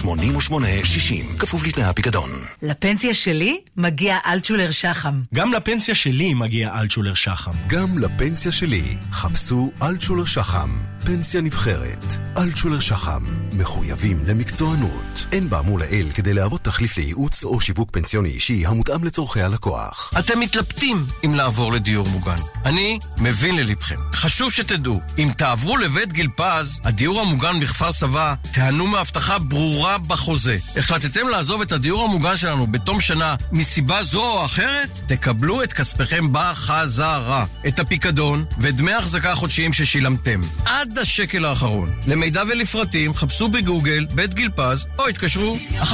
8860 כפוף לתנאי הפיקדון. לפנסיה שלי מגיע אלטשולר שחם. גם לפנסיה שלי מגיע אלטשולר שחם. גם לפנסיה שלי חפשו אלטשולר שחם. פנסיה נבחרת. אלטשולר שחם. מחויבים למקצוענות. אין באמור לעיל כדי להוות תחליף לייעוץ או שיווק פנסיוני אישי המותאם לצורכי הלקוח. אתם מתלבטים אם לעבור לדיור מוגן. אני מבין ללבכם. חשוב שתדעו, אם תעברו לבית גיל פז, הדיור המוגן בכפר סבא, תהנו מהבטחה ברורה בחוזה. החלטתם לעזוב את הדיור המוגן שלנו בתום שנה מסיבה זו או אחרת? תקבלו את כספכם בחזרה. את הפיקדון ודמי החזקה חודשיים ששילמתם. עד השקל האחרון. למידע ולפרטים חפשו בגוגל בית גיל פז או התקשרו 1-700-55-70-80.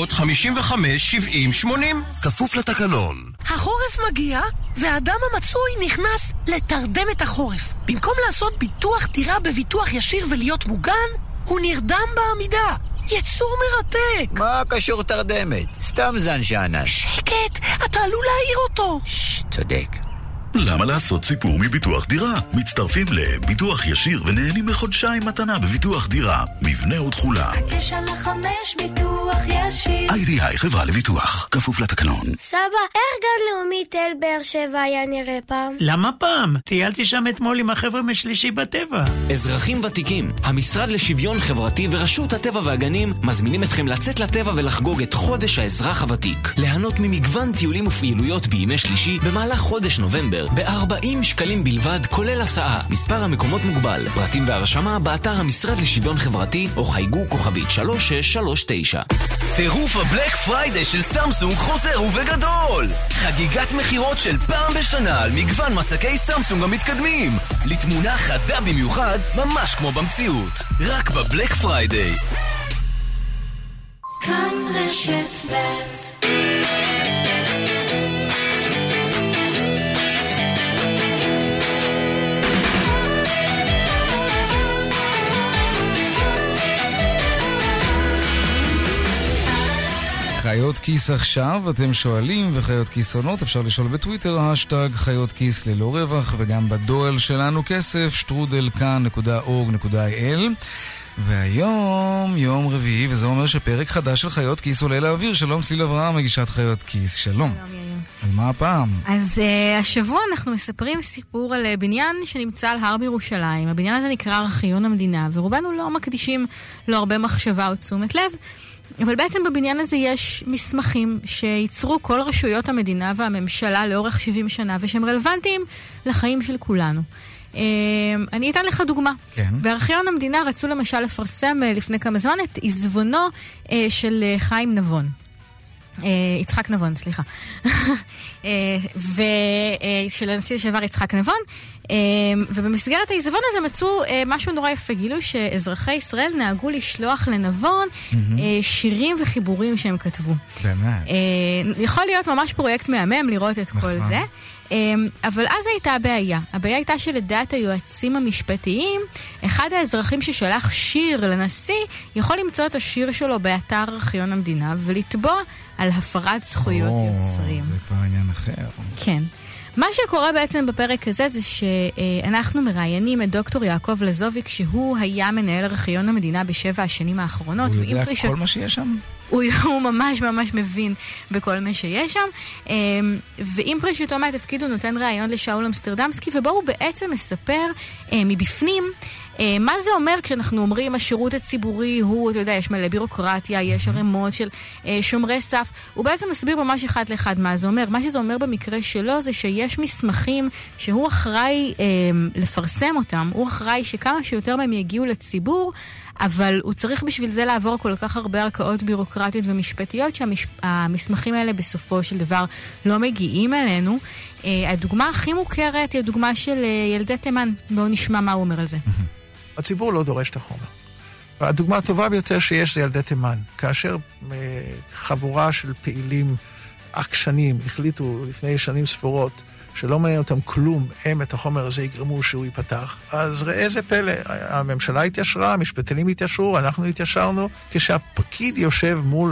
כפוף לתקנון. החורף מגיע והאדם המצוי נכנס לתרדם את החורף. במקום לעשות ביטוח דירה בביטוח ישיר ולהיות מוגן, הוא נרדם בעמידה. יצור מרתק. מה קשור תרדמת? סתם זן שענן. שקט, אתה עלול להעיר אותו. צודק. למה לעשות סיפור מביטוח דירה? מצטרפים לביטוח ישיר ונהנים מחודשיים מתנה בביטוח דירה. מבנה ותחולה. הקש על 5 ביטוח ישיר. IDI חברה לביטוח. כפוף לתקנון. סבא, איך גן לאומי תל באר שבע היה נראה פעם? למה פעם? טיילתי שם אתמול עם החבר'ה משלישי בטבע. אזרחים ותיקים, המשרד לשוויון חברתי ורשות הטבע והגנים מזמינים אתכם לצאת לטבע ולחגוג את חודש האזרח הוותיק. ליהנות ממגוון טיולים ופעילויות בימי שלישי במהלך חודש נובמבר טריילר ב-40 שקלים בלבד, כולל הסעה. מספר המקומות מוגבל. פרטים והרשמה באתר המשרד לשוויון חברתי או חייגו כוכבית 3639. טירוף הבלק פריידי של סמסונג חוזר ובגדול. חגיגת מחירות של פעם בשנה על מגוון מסקי סמסונג המתקדמים. לתמונה חדה במיוחד, ממש כמו במציאות. רק בבלק פריידי. כאן רשת ב'. חיות כיס עכשיו, אתם שואלים, וחיות כיס עונות, אפשר לשאול בטוויטר, השטג חיות כיס ללא רווח, וגם בדואל שלנו כסף, strudel.kan.org.il. והיום יום רביעי, וזה אומר שפרק חדש של חיות כיס עולה לאוויר. שלום צליל אברהם, מגישת חיות כיס. שלום. על מה הפעם? אז השבוע אנחנו מספרים סיפור על בניין שנמצא על הר בירושלים. הבניין הזה נקרא ארכיון המדינה, ורובנו לא מקדישים לו הרבה מחשבה או תשומת לב, אבל בעצם בבניין הזה יש מסמכים שייצרו כל רשויות המדינה והממשלה לאורך 70 שנה, ושהם רלוונטיים לחיים של כולנו. אני אתן לך דוגמה. כן. בארכיון המדינה רצו למשל לפרסם לפני כמה זמן את עזבונו של חיים נבון. יצחק נבון, סליחה. ושל הנשיא לשעבר יצחק נבון. ובמסגרת העזבון הזה מצאו משהו נורא יפה. גילו שאזרחי ישראל נהגו לשלוח לנבון שירים וחיבורים שהם כתבו. יכול להיות ממש פרויקט מהמם לראות את כל זה. אבל אז הייתה הבעיה. הבעיה הייתה שלדעת היועצים המשפטיים, אחד האזרחים ששלח שיר לנשיא יכול למצוא את השיר שלו באתר ארכיון המדינה ולתבוע על הפרת זכויות יוצרים. זה כבר עניין אחר. כן. מה שקורה בעצם בפרק הזה זה שאנחנו מראיינים את דוקטור יעקב לזוביק, שהוא היה מנהל ארכיון המדינה ב7 השנים האחרונות. הוא יודע כל מה שיש שם? הוא ממש ממש מבין בכל מה שיש שם. ועם פרישתו מהתפקיד הוא נותן ראיון לשאול אמסטרדמסקי, ובו הוא בעצם מספר מבפנים מה זה אומר כשאנחנו אומרים השירות הציבורי הוא, אתה יודע, יש מלא בירוקרטיה, יש הרמות של שומרי סף. הוא בעצם מסביר ממש אחד לאחד מה זה אומר. מה שזה אומר במקרה שלו זה שיש מסמכים שהוא אחראי לפרסם אותם, הוא אחראי שכמה שיותר מהם יגיעו לציבור, אבל הוא צריך בשביל זה לעבור כל כך הרבה ערכאות בירוקרטיות ומשפטיות שהמסמכים האלה בסופו של דבר לא מגיעים אלינו. הדוגמה הכי מוכרת היא הדוגמה של ילדי תימן. בואו נשמע מה הוא אומר על זה. הציבור לא דורש את החומר. הדוגמה הטובה ביותר שיש זה ילדי תימן. כאשר חבורה של פעילים עקשנים החליטו לפני שנים ספורות שלא מעניין אותם כלום, הם את החומר הזה יגרמו שהוא ייפתח, אז ראה איזה פלא, הממשלה התיישרה, המשפטנים התיישרו, אנחנו התיישרנו, כשהפקיד יושב מול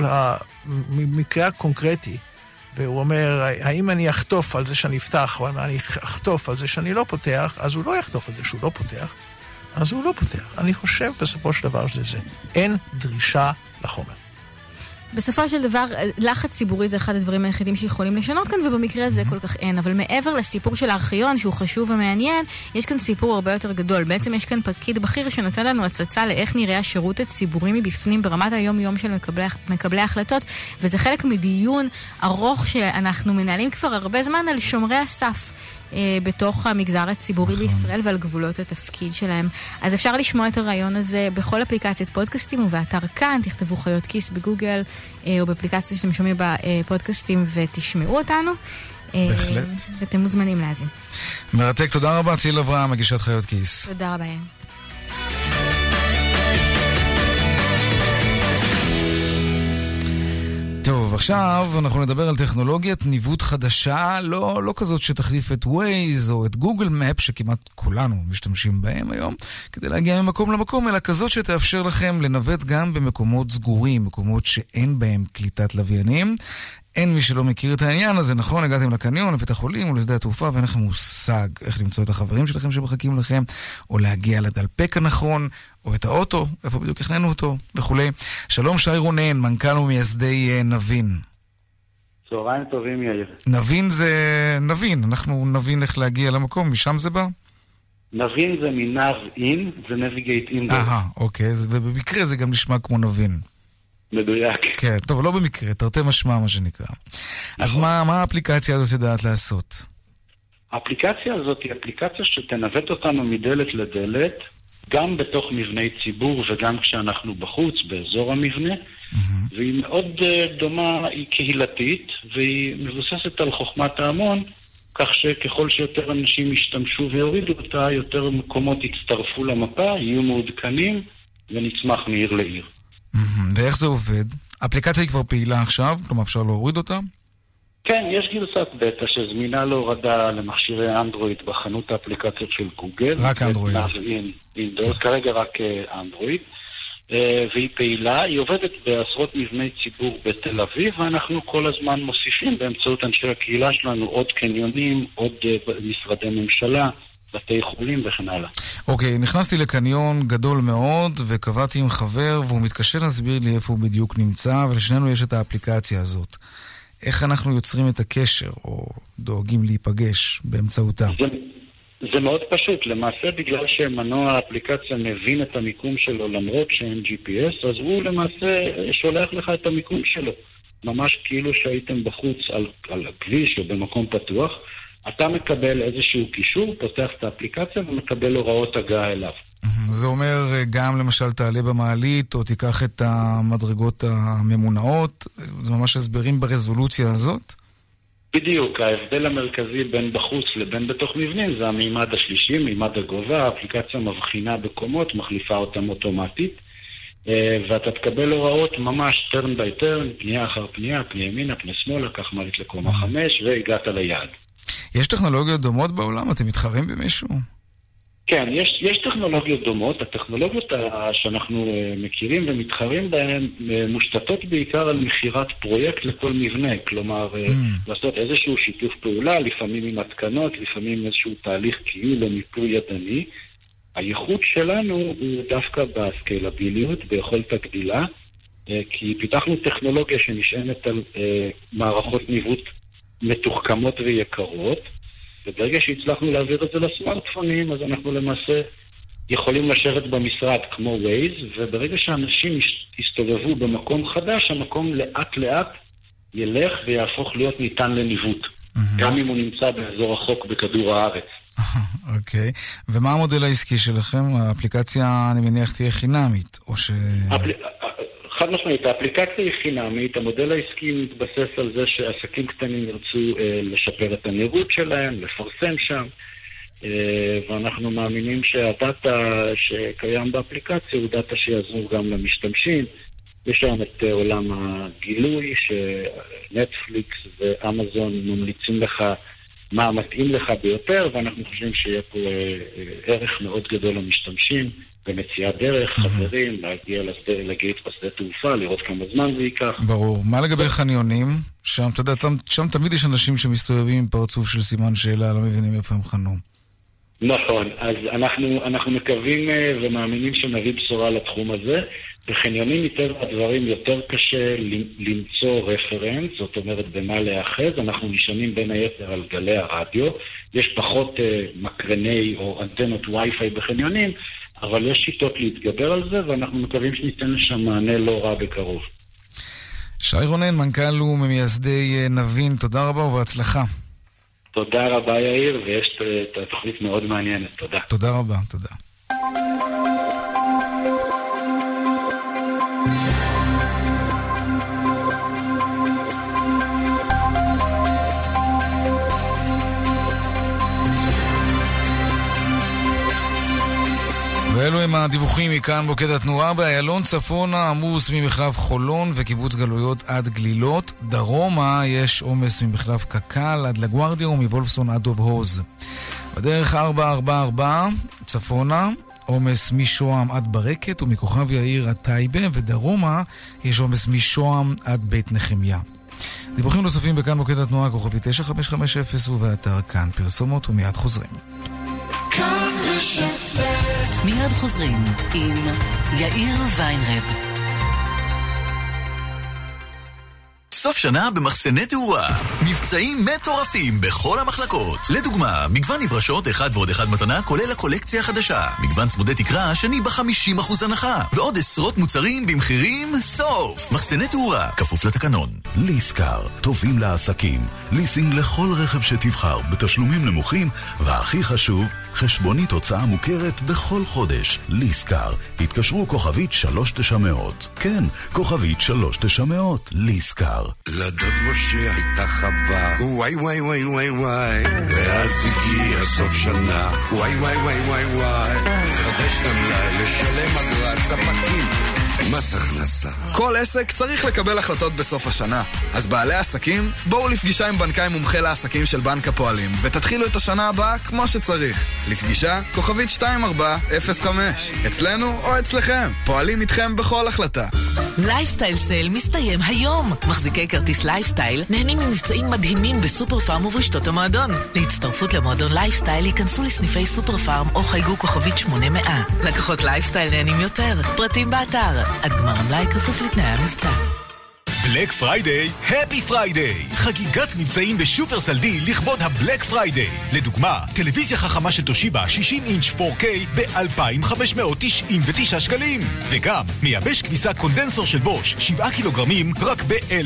המקרה הקונקרטי, והוא אומר, האם אני אחטוף על זה שאני אפתח, או אני אחטוף על זה שאני לא פותח, אז הוא לא יחטוף על זה שהוא לא פותח, אז הוא לא פותח. אני חושב בסופו של דבר שזה אין דרישה לחומר. בסופו של דבר, לחץ ציבורי זה אחד הדברים היחידים שיכולים לשנות כאן, ובמקרה הזה כל כך אין. אבל מעבר לסיפור של הארכיון, שהוא חשוב ומעניין, יש כאן סיפור הרבה יותר גדול. בעצם יש כאן פקיד בכיר שנותן לנו הצצה לאיך נראה השירות הציבורי מבפנים ברמת היום-יום של מקבלי ההחלטות, וזה חלק מדיון ארוך שאנחנו מנהלים כבר הרבה זמן על שומרי הסף בתוך המגזר הציבורי בישראל ועל גבולות התפקיד שלהם. אז אפשר לשמוע את הרעיון הזה בכל אפליקציית פודקאסטים ובאתר כאן, תכתבו חיות כיס בגוגל או באפליקציה שאתם שומעים בפודקאסטים ותשמעו אותנו. בהחלט. ואתם מוזמנים להאזין. מרתק, תודה רבה צליל אברהם, מגישת חיות כיס. תודה רבה. טוב, עכשיו אנחנו נדבר על טכנולוגיית ניווט חדשה, לא כזאת שתחליף את Waze או את Google Map, שכמעט כולנו משתמשים בהם היום, כדי להגיע ממקום למקום, אלא כזאת שתאפשר לכם לנווט גם במקומות סגורים, מקומות שאין בהם קליטת לוויינים. אין מי שלא מכיר את העניין הזה, נכון? הגעתם לקניון, לבית החולים או לשדה התעופה, ואין לכם מושג איך למצוא את החברים שלכם שמחכים לכם, או להגיע לדלפק הנכון, או את האוטו, איפה בדיוק הכננו אותו, וכו'. שלום שי רונן, מנכ"ל ומייסדי נבין. צהריים טובים, יאיר. נבין זה נבין, אנחנו נבין איך להגיע למקום, משם זה בא? נבין זה מנב אין, זה נביגייט אין. אוקיי, ובמקרה זה גם נשמע כמו נבין. מדויק. כן, טוב, לא במקרה, תרתי משמע מה שנקרא. אז מה האפליקציה הזאת יודעת לעשות? האפליקציה הזאת היא אפליקציה שתנווט אותנו מדלת לדלת, גם בתוך מבני ציבור וגם כשאנחנו בחוץ, באזור המבנה, והיא מאוד דומה, היא קהילתית, והיא מבוססת על חוכמת ההמון, כך שככל שיותר אנשים ישתמשו ויורידו אותה, יותר מקומות יצטרפו למפה, יהיו מעודכנים, ונצמח מעיר לעיר. ואיך זה עובד? האפליקציה היא כבר פעילה עכשיו, כלומר אפשר להוריד אותה? כן, יש גרסת בטא שזמינה להורדה למכשירי אנדרואיד בחנות האפליקציות של גוגל. רק אנדרואיד. כרגע רק אנדרואיד. והיא פעילה, היא עובדת בעשרות מבני ציבור בתל אביב, ואנחנו כל הזמן מוסיפים באמצעות אנשי הקהילה שלנו עוד קניונים, עוד משרדי ממשלה, בתי חולים וכן הלאה. אוקיי, נכנסתי לקניון גדול מאוד וקבעתי עם חבר והוא מתקשר להסביר לי איפה הוא בדיוק נמצא, ולשנינו יש את האפליקציה הזאת. איך אנחנו יוצרים את הקשר או דואגים להיפגש באמצעותה? זה מאוד פשוט. למעשה בגלל שמנוע האפליקציה מבין את המיקום שלו למרות שאין GPS, אז הוא למעשה שולח לך את המיקום שלו. ממש כאילו שהייתם בחוץ על הכביש או במקום פתוח. אתה מקבל איזשהו קישור, פותח את האפליקציה ומקבל הוראות הגעה אליו. זה אומר גם למשל תעלה במעלית או תיקח את המדרגות הממונעות, זה ממש הסברים ברזולוציה הזאת? בדיוק, ההבדל המרכזי בין בחוץ לבין בתוך מבנים זה המימד השלישי, מימד הגובה, האפליקציה מבחינה בקומות, מחליפה אותם אוטומטית, ואתה תקבל הוראות ממש turn by turn, פנייה אחר פנייה, פנייה ימינה, פנייה שמאלה, כך מעלית לקומה 5 והגעת ליעד. יש טכנולוגיות דומות בעולם? אתם מתחרים במישהו? כן, יש טכנולוגיות דומות. הטכנולוגיות שאנחנו מכירים ומתחרים בהן מושתתות בעיקר על מחירת פרויקט לכל מבנה. כלומר, לעשות איזשהו שיתוף פעולה, לפעמים עם התקנות, לפעמים איזשהו תהליך קיול או מיפוי ידני. הייחוד שלנו הוא דווקא בסקיילביליות, ביכולת הגדילה, כי פיתחנו טכנולוגיה שנשענת על מערכות ניווט מתוחכמות ויקרות, וברגע שהצלחנו להעביר את זה לסמארטפונים, אז אנחנו למעשה יכולים לשבת במשרד כמו Waze, וברגע שאנשים יסתובבו במקום חדש, המקום לאט לאט ילך ויהפוך להיות ניתן לניווט, גם אם הוא נמצא באזור רחוק בכדור הארץ. אוקיי, ומה המודל העסקי שלכם? האפליקציה, אני מניח, תהיה חינמית, או ש... חד משמעית, האפליקציה היא חינמית, המודל העסקי מתבסס על זה שעסקים קטנים ירצו לשפר את הנראות שלהם, לפרסם שם, ואנחנו מאמינים שהדאטה שקיים באפליקציה הוא דאטה שיעזור גם למשתמשים. יש שם את עולם הגילוי, שנטפליקס ואמזון ממליצים לך מה מתאים לך ביותר, ואנחנו חושבים שיהיה פה ערך מאוד גדול למשתמשים, במציאת דרך, חברים, להגיע בשדה תעופה, לראות כמה זמן זה ייקח. ברור. מה לגבי חניונים? שם, אתה יודע, שם תמיד יש אנשים שמסתובבים עם פרצוף של סימן שאלה, לא מבינים איפה הם חנו. נכון, אז אנחנו מקווים ומאמינים שנביא בשורה לתחום הזה. בחניונים מטבע הדברים יותר קשה למצוא רפרנס, זאת אומרת במה להאחז, אנחנו נשענים בין היתר על גלי הרדיו, יש פחות מקרני או אנטנות וי-פיי בחניונים, אבל יש שיטות להתגבר על זה, ואנחנו מקווים שניתן לשם מענה לא רע בקרוב. שי רונן, מנכ"ל וממייסדי נבין, תודה רבה ובהצלחה. תודה רבה יאיר, ויש את התוכנית מאוד מעניינת, תודה. תודה רבה, תודה. ואלו הם הדיווחים מכאן מוקד התנועה. באיילון צפונה עמוס ממחלף חולון וקיבוץ גלויות עד גלילות. דרומה יש עומס ממחלף קקל עד לגוארדיה ומוולפסון עד דוב הוז. בדרך 444 צפונה עומס משוהם עד ברקת ומכוכב יאיר עד טייבה, ודרומה יש עומס משוהם עד בית נחמיה. דיווחים נוספים בכאן מוקד התנועה כוכבי 9550 ובאתר כאן פרסומות ומיד חוזרים. כאן רשת ב' מיד חוזרים עם יאיר ויינרב. סוף שנה במחסני תאורה. מבצעים מטורפים בכל המחלקות. לדוגמה, מגוון נברשות 1 ועוד 1 מתנה כולל הקולקציה החדשה. מגוון צמודי תקרה שני ב-50% הנחה. ועוד עשרות מוצרים במחירים סוף. מחסני תאורה, כפוף לתקנון. ליסקר, טובים לעסקים. ליסינג לכל רכב שתבחר בתשלומים נמוכים, והכי חשוב, חשבונית הוצאה מוכרת בכל חודש. ליסקר, התקשרו כוכבית 3900. כן, כוכבית 3900. ליסקר. לדוד משה הייתה חווה, וואי וואי וואי וואי וואי, ואז הגיע סוף שנה, וואי וואי וואי וואי וואי, חדש תמלאי לשלם אגרת ספקים, מס הכנסה. כל עסק צריך לקבל החלטות בסוף השנה. אז בעלי עסקים, בואו לפגישה עם בנקאי מומחה לעסקים של בנק הפועלים, ותתחילו את השנה הבאה כמו שצריך. לפגישה, כוכבית 2405. אצלנו או אצלכם. פועלים איתכם בכל החלטה. לייפסטייל סייל מסתיים היום. מחזיקי כרטיס לייפסטייל נהנים ממבצעים מדהימים בסופר פארם וברשתות המועדון. להצטרפות למועדון לייפסטייל ייכנסו לסניפי סופר פארם או חייגו כוכבית 800. לקוחות לייפסטייל נהנים יותר. פרטים באתר. עד גמר המלאי כפוף לתנאי המבצע. בלק פריידיי, הפי פריידיי. חגיגת מבצעים בשופרסל די לכבוד הבלק פריידיי. לדוגמה, טלוויזיה חכמה של תושיבה 60 אינץ' 4K ב-2,599 שקלים. וגם מייבש כביסה קונדנסור של בוש 7 קילוגרמים רק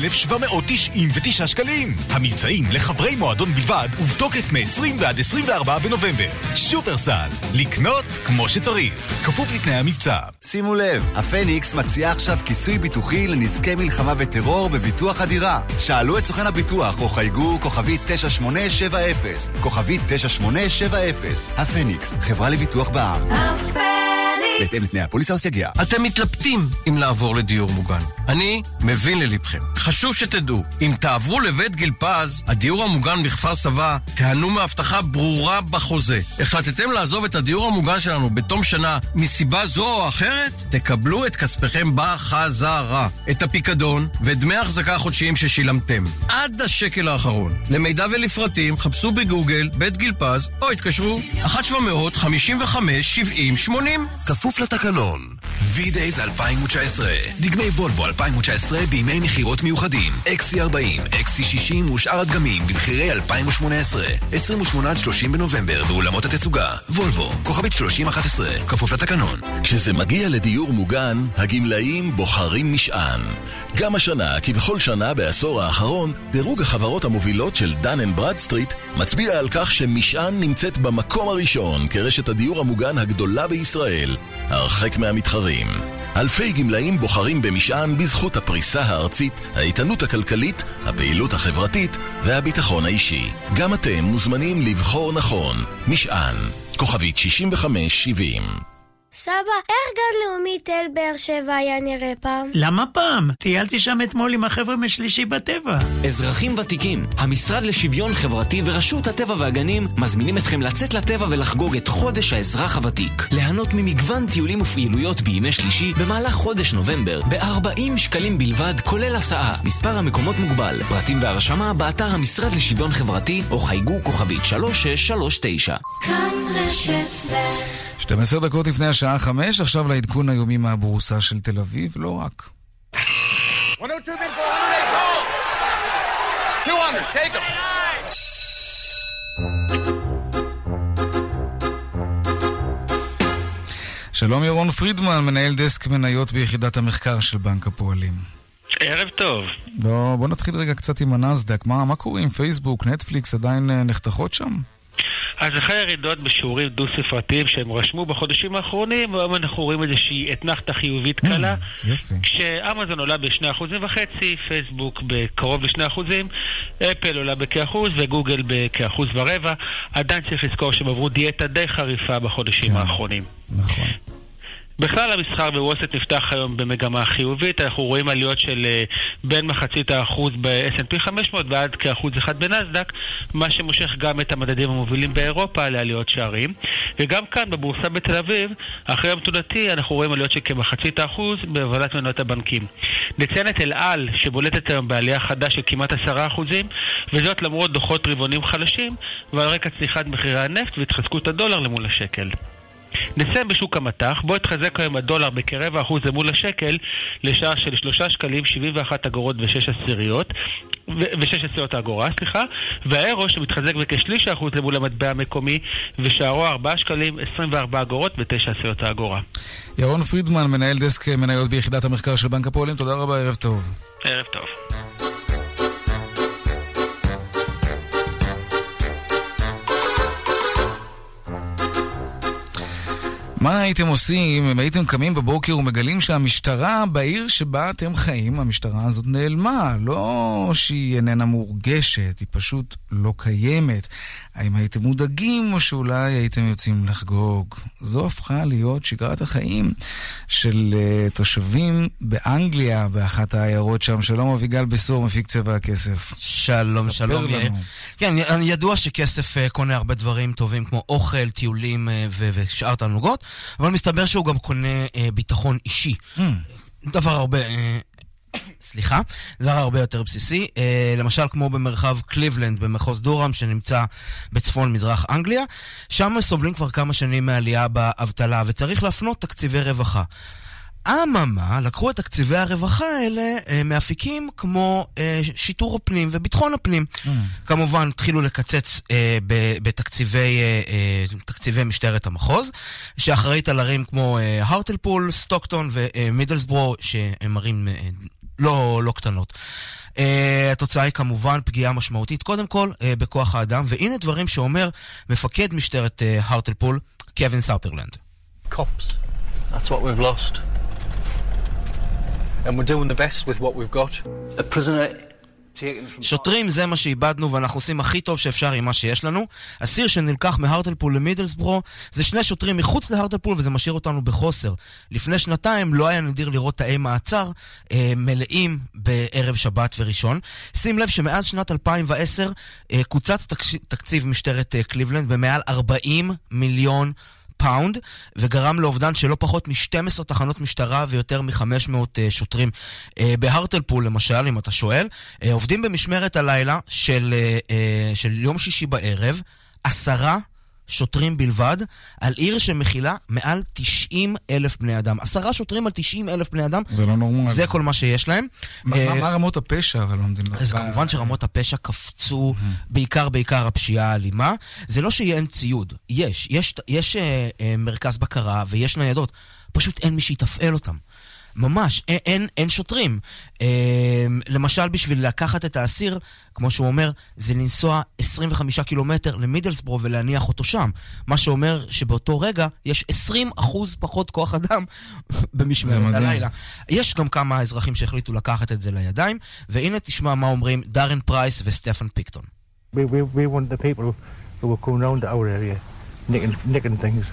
ב-1,799 שקלים. המבצעים לחברי מועדון בלבד ובתוקף מ-20 ועד 24 בנובמבר. שופרסל, לקנות כמו שצריך. כפוף לתנאי המבצע. שימו לב, הפניקס מציעה עכשיו כיסוי ביטוחי לנזקי מלחמה וטרור בביטוח הדירה. שאלו את סוכן הביטוח או חייגו כוכבית 9870. כוכבית 9870. הפניקס, חברה לביטוח בע"מ. בהתאם לתנאי הפוליסה וסייגיה. אתם מתלבטים אם לעבור לדיור מוגן. אני מבין ללבכם. חשוב שתדעו, אם תעברו לבית גיל פז, הדיור המוגן בכפר סבא, תהנו מהבטחה ברורה בחוזה. החלטתם לעזוב את הדיור המוגן שלנו בתום שנה מסיבה זו או אחרת? תקבלו את כספכם בחזרה. את הפיקדון ודמי החזקה החודשיים ששילמתם. עד השקל האחרון. למידע ולפרטים חפשו בגוגל בית גיל פז או התקשרו 1-755-70-80. כפוף לתקנון. V-Days 2019. דגמי וולבו 2019 בימי מחירות מיוחדים. XC40, XC60 ושאר הדגמים במחירי 2018. 28-30 בנובמבר באולמות התצוגה. וולבו, כוכבית 3011. כפוף לתקנון. כשזה מגיע לדיור מוגן, הגמלאים בוחרים משען. גם השנה, כי בכל שנה בעשור האחרון, דירוג החברות המובילות של דן אנד ברדסטריט מצביע על כך שמשען נמצאת במקום הראשון כרשת הדיור המוגן הגדולה בישראל, הרחק מהמתחרים. אלפי גמלאים בוחרים במשען בזכות הפריסה הארצית, האיתנות הכלכלית, הפעילות החברתית והביטחון האישי. גם אתם מוזמנים לבחור נכון. משען, כוכבית 6570. סבא, איך גן לאומי תל באר שבע היה נראה פעם? למה פעם? טיילתי שם אתמול עם החבר'ה משלישי בטבע. אזרחים ותיקים, המשרד לשוויון חברתי ורשות הטבע והגנים מזמינים אתכם לצאת לטבע ולחגוג את חודש האזרח הוותיק. ליהנות ממגוון טיולים ופעילויות בימי שלישי במהלך חודש נובמבר ב-40 שקלים בלבד כולל הסעה. מספר המקומות מוגבל. פרטים והרשמה באתר המשרד לשוויון חברתי או חייגו כוכבית 3639. כאן רשת ב' 12 דקות לפני השעה 5, עכשיו לעדכון היומי מהבורסה של תל אביב, לא רק. 102 bid for 100, 200, take them. שלום ירון פרידמן, מנהל דסק מניות ביחידת המחקר של בנק הפועלים. ערב טוב. בוא נתחיל רגע קצת עם הנסדק. מה קורה עם פייסבוק, נטפליקס, עדיין נחתכות שם? אז אחרי ירידות בשיעורים דו-ספרתיים שהם רשמו בחודשים האחרונים, והיום אנחנו רואים איזושהי אתנחתה חיובית קלה. יופי. כשאמזון עולה ב2.5%, פייסבוק בקרוב ל2%, אפל עולה בכ1% וגוגל בכ1.25%. עדיין צריך לזכור שהם עברו דיאטה די חריפה בחודשים האחרונים. נכון. בכלל המסחר בווסט נפתח היום במגמה חיובית. אנחנו רואים עליות של בין 0.5% ב-S&P 500 ועד כ1% בנסדק, מה שמושך גם את המדדים המובילים באירופה לעליות שערים. וגם כאן בבורסה בתל אביב, אחרי יום תנודתי, אנחנו רואים עליות של כ0.5% בהובלת מניות הבנקים. נציין את אל על שבולטת היום בעלייה חדה של כמעט 10%, וזאת למרות דוחות רבעונים חלשים ועל רקע צניחת מחירי הנפט והתחזקות הדולר למול השקל. נסיים בשוק המטח, בו התחזק היום הדולר בקרבע אחוז מול השקל לשעה של 3 שקלים 71 אגורות ו6 אגורה, והאירו שמתחזק בכשליש האחוז למול המטבע המקומי ושערו 4 שקלים 24 אגורות ו9 אגורה. ירון פרידמן, מנהל דסק מניות ביחידת המחקר של בנק הפועלים, תודה רבה, ערב טוב. ערב טוב. מה הייתם עושים אם הייתם קמים בבוקר ומגלים שהמשטרה בעיר שבה אתם חיים, המשטרה הזאת נעלמה? לא שהיא איננה מורגשת, היא פשוט לא קיימת. האם הייתם מודאגים או שאולי הייתם יוצאים לחגוג? זו הפכה להיות שגרת החיים של תושבים באנגליה, באחת העיירות שם. שלום אביגל בסור, מפיק צבע הכסף. שלום, שלום. כן, ידוע שכסף קונה הרבה דברים טובים כמו אוכל, טיולים ושאר תענוגות, אבל מסתבר שהוא גם קונה ביטחון אישי. דבר הרבה יותר בסיסי, למשל כמו במרחב קליבלנד במחוז דורם שנמצא בצפון מזרח אנגליה, שם סובלים כבר כמה שנים מעלייה באבטלה וצריך להפנות תקציבי רווחה. אממה, לקחו את תקציבי הרווחה האלה מאפיקים כמו שיטור הפנים וביטחון הפנים. כמובן, התחילו לקצץ בתקציבי משטרת המחוז, שאחראית על ערים כמו הרטלפול, סטוקטון ומידלסבורו, שהם ערים לא קטנות. התוצאה היא כמובן פגיעה משמעותית, קודם כל בכוח האדם, והנה דברים שאומר מפקד משטרת הרטלפול, קווין סאוטרלנד. Cops, that's what we've lost. And we're doing the best with what we've got. A prisoner taken from... שוטרים זה מה שאיבדנו ואנחנו עושים הכי טוב שאפשר עם מה שיש לנו. אסיר שנלקח מהרטלפול למידלסבורו זה 2 שוטרים מחוץ להרטלפול וזה משאיר אותנו בחוסר. לפני 2 לא היה נדיר לראות תאי מעצר מלאים בערב שבת וראשון. שים לב שמאז שנת 2010 קוצץ תקציב משטרת קליבלנד במעל 40 מיליון פאונד, וגרם לאובדן שלא פחות מ-12 תחנות משטרה ויותר מ-500 שוטרים. בהרטלפול, למשל, אם אתה שואל, עובדים במשמרת הלילה של יום שישי בערב, 10 שוטרים בלבד, על עיר שמכילה מעל 90,000 בני אדם. 10 שוטרים על 90,000 בני אדם. זה לא נורמלי. זה כל מה שיש להם. מה רמות הפשע? אז כמובן שרמות הפשע קפצו, בעיקר הפשיעה האלימה. זה לא שאין ציוד. יש מרכז בקרה ויש ניידות. פשוט אין מי שיתפעל אותם. ממש, אין שוטרים. למשל, בשביל לקחת את האסיר, כמו שהוא אומר, זה לנסוע 25 קילומטר למידלסבורו ולהניח אותו שם. מה שאומר שבאותו רגע יש 20% פחות כוח אדם במשמרת הלילה. יש גם כמה אזרחים שהחליטו לקחת את זה לידיים, והנה תשמע מה אומרים דארן פרייס וסטפן פיקטון. We want the people who are going around our area, nicking things.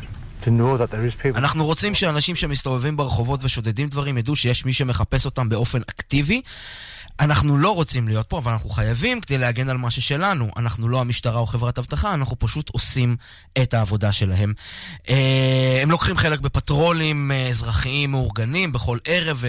אנחנו רוצים שאנשים שמסתובבים ברחובות ושודדים דברים ידעו שיש מי שמחפש אותם באופן אקטיבי. אנחנו לא רוצים להיות פה, אבל אנחנו חייבים כדי להגן על מה ששלנו. אנחנו לא המשטרה או חברת אבטחה, אנחנו פשוט עושים את העבודה שלהם. הם לוקחים חלק בפטרולים אזרחיים מאורגנים בכל ערב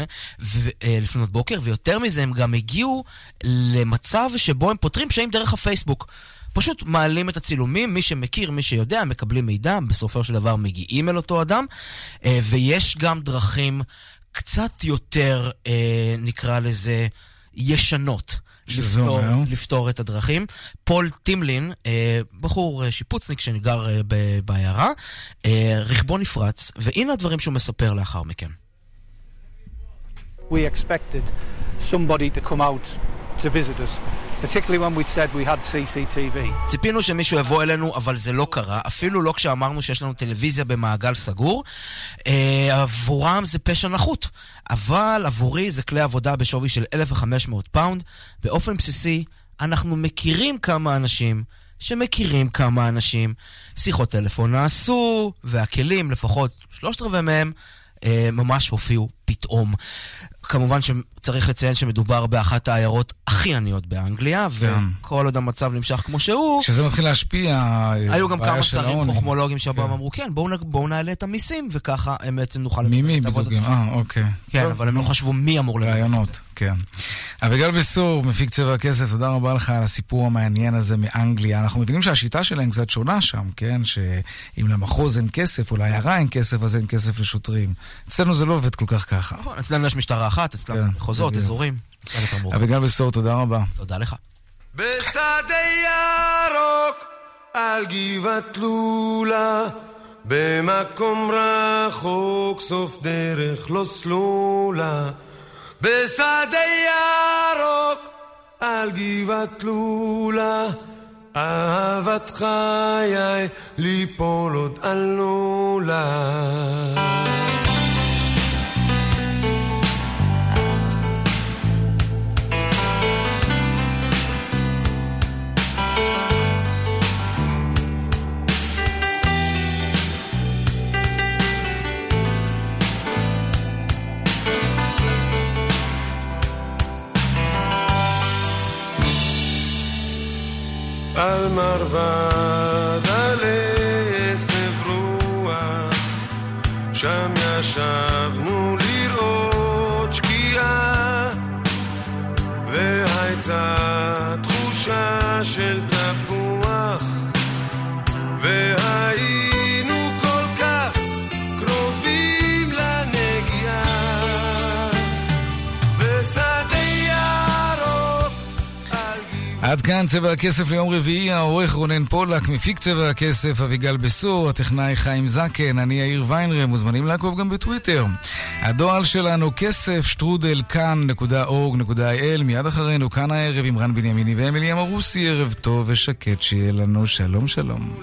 לפנות בוקר, ויותר מזה הם גם הגיעו למצב שבו הם פותרים פשעים דרך הפייסבוק. פשוט מעלים את הצילומים, מי שמכיר, מי שיודע, מקבלים מידע, בסופו של דבר מגיעים אל אותו אדם, ויש גם דרכים קצת יותר, נקרא לזה, ישנות, לפתור את הדרכים. פול טימלין, בחור שיפוצניק שגר בעיירה, רכבו נפרץ, והנה הדברים שהוא מספר לאחר מכן. We expected somebody to come out to visit us. Particularly when we said we had CCTV. ציפינו שמישהו יבוא אלינו, אבל זה לא קרה, אפילו לא כשאמרנו שיש לנו טלוויזיה במעגל סגור. עבורם זה פשע נחות, אבל עבורי זה כלי עבודה בשווי של 1,500 פאונד. באופן בסיסי, אנחנו מכירים כמה אנשים שמכירים כמה אנשים. שיחות טלפון נעשו, והכלים, לפחות 3/4 מהם, ממש הופיעו פתאום. כמובן שצריך לציין שמדובר באחת העיירות הכי עניות באנגליה, וכל עוד המצב נמשך כמו שהוא... כשזה מתחיל להשפיע... היו גם כמה שרים חוכמולוגים שבהם אמרו, כן, בואו נעלה את המיסים, וככה הם בעצם נוכל... ממי בדיוק? אוקיי. כן, אבל הם לא חשבו מי אמור לבוא. רעיונות, כן. אביגל בסור, מפיק צבע הכסף, תודה רבה לך על הסיפור המעניין הזה מאנגליה. אנחנו מבינים שהשיטה שלהם קצת שונה שם, כן? שאם למחוז אין כסף, או לעיירה אין כסף, אז אין כסף לשוטרים. אצלנו זה לא עובד כל כך ככה. אצלנו יש משטרה אחת, אצלנו מחוזות, אזורים. אביגל בסור, תודה רבה. תודה לך. בשדה ירוק על גבעת לולה, במקום רחוק סוף דרך לא סלולה. בשדה ירוק על גבעת לולה, אהבת חיי ליפול עוד עלולה. על מרבד עלי עשב רוח, שם ישבנו לראות שקיעה, והייתה תחושה של תפוח, והיינו כל כך קרובים לנגיעה. בשדה ירוק עד כאן צבע הכסף ליום רביעי, העורך רונן פולק, מפיק צבע הכסף אביגל בסור, הטכנאי חיים זקן, אני יאיר ויינרם, מוזמנים לעקוב גם בטוויטר. הדואל שלנו כסף@כאן.org.il. מיד אחרינו כאן הערב עם רן בנימיני ואמילי אמרוסי. ערב טוב ושקט שיהיה לנו, שלום שלום.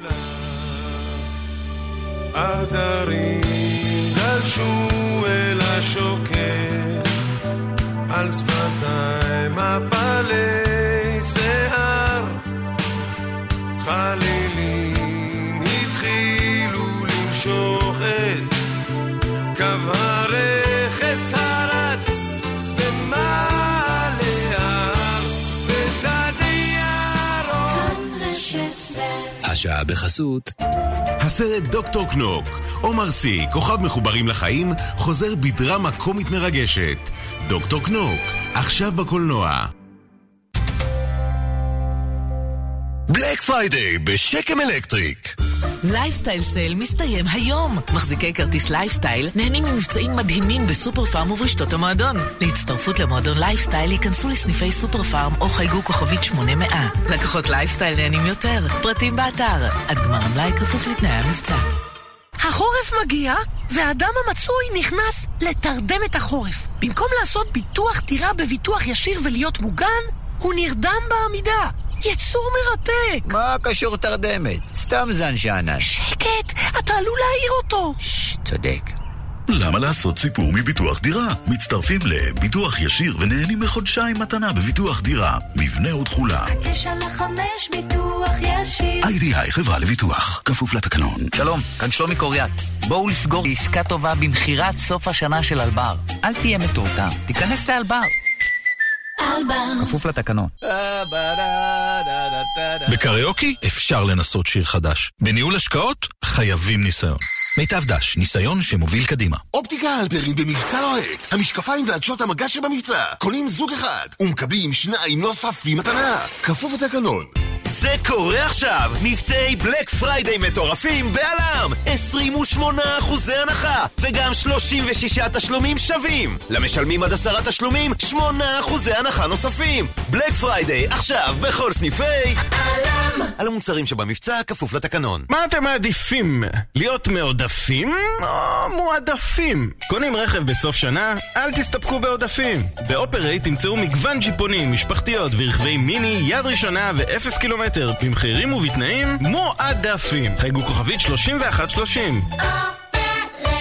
עדרים גלשו אל השוקר, על שפתיים הפלי שיער, חלילים התחילו למשוך את קו הרכס הרץ במעלה ההר, בשדה ירוק. השעה בחסות הסרט דוקטור קנוק. עומר סי, כוכב מחוברים לחיים, חוזר בדרמה קומית מרגשת. דוקטור קנוק, עכשיו בקולנוע. בלק פריידיי בשקם אלקטריק. לייפסטייל סייל מסתיים היום. מחזיקי כרטיס לייפסטייל נהנים ממבצעים מדהימים בסופר פארם וברשתות המועדון. להצטרפות למועדון לייפסטייל ייכנסו לסניפי סופר פארם או חייגו כוכבית 800. לקוחות לייפסטייל נהנים יותר. פרטים באתר. עד גמר המלאי כפוף לתנאי המבצע. החורף מגיע, והאדם המצוי נכנס לתרדם את החורף. במקום לעשות ביטוח דירה בביטוח ישיר ולהיות מוגן, הוא נרדם בעמידה. יצור מרתק. מה קשור תרדמת? סתם זן שענן. שקט, אתה עלול להעיר אותו. צודק. למה לעשות סיפור מביטוח דירה? מצטרפים לביטוח ישיר ונהנים מחודשיים מתנה בביטוח דירה. מבנה ותחולה. הקש על 5 ביטוח ישיר. IDI חברה לביטוח. כפוף לתקנון. שלום, כאן שלומי קוריאט. בואו לסגור עסקה טובה במחירת סוף השנה של אלבר. אל תהיה מטורטם, תיכנס לאלבר. כפוף לתקנון. בקריוקי אפשר לנסות שיר חדש. בניהול השקעות חייבים ניסיון. מיטב דש, ניסיון שמוביל קדימה. אופטיקה הלפרין במבצע לוהק. המשקפיים ועדשות המגע שבמבצע. קונים זוג אחד ומקבלים 2 נוספים מתנה. כפוף לתקנון. זה קורה עכשיו! מבצעי בלק פריידיי מטורפים באלארם! 28% הנחה וגם 36 תשלומים שווים! למשלמים עד 10 תשלומים 8% הנחה נוספים! בלק פריידיי עכשיו בכל סניפי אלארם! על המוצרים שבמבצע כפוף לתקנון. מה אתם מעדיפים? להיות מעודפים או מועדפים? קונים רכב בסוף שנה? אל תסתפקו בעודפים! באופרייט תמצאו מגוון ג'יפונים, משפחתיות ורכבי מיני יד ראשונה ו0 קילומטר במחירים ובתנאים מועדפים. חייגו כוכבית 3130.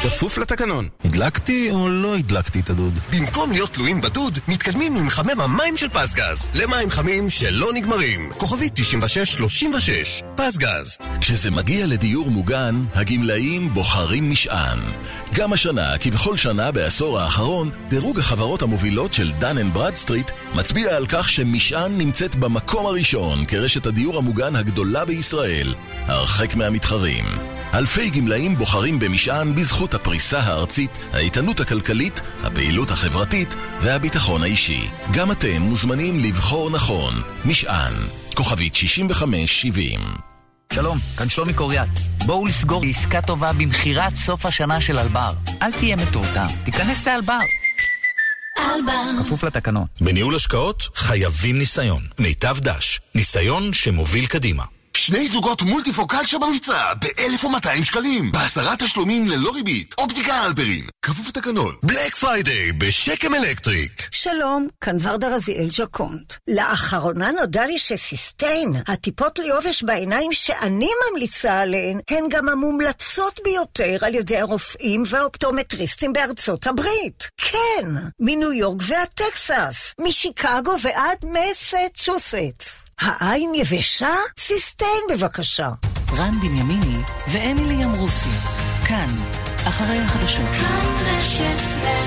כפוף לתקנון. הדלקתי או לא הדלקתי את הדוד? במקום להיות תלויים בדוד, מתקדמים עם מחמם המים של פסגז. למים חמים שלא נגמרים. כוכבית 9636. פסגז. כשזה מגיע לדיור מוגן, הגמלאים בוחרים משען. גם השנה, כבכל שנה בעשור האחרון, דירוג החברות המובילות של דן אנד ברדסטריט מצביע על כך שמשען נמצאת במקום הראשון כרשת הדיור המוגן הגדולה בישראל, הרחק מהמתחרים. אלפי גמלאים בוחרים במשען בזכות הפריסה הארצית, האיתנות הכלכלית, הפעילות החברתית והביטחון האישי. גם אתם מוזמנים לבחור נכון. משען, כוכבית 6570. שלום, כאן שלומי קוריאט. בואו לסגור עסקה טובה במחירת סוף השנה של אלבר. אל תהיה מטורטם, תיכנס לאלבר. אלבר. כפוף לתקנון. בניהול השקעות חייבים ניסיון. מיטב דש, ניסיון שמוביל קדימה. 2 זוגות מולטיפוקל שבמבצע ב-1,200 שקלים. ב10 תשלומים ללא ריבית. אופטיקה אלפרין. כפוף לתקנון. בלק פריידיי בשקם אלקטריק. שלום, כאן ורדה רזיאל ג'קונט. לאחרונה נודע לי שסיסטיין, הטיפות ליובש בעיניים שאני ממליצה עליהן, הן גם המומלצות ביותר על ידי הרופאים והאופטומטריסטים בארצות הברית. כן, מניו יורק ועד טקסס, משיקגו ועד מסצ'וסטס. העין יבשה? סיסטיין בבקשה. רן בנימיני ואמילי אמרוסי. כאן, אחרי החדשות. כאן רשת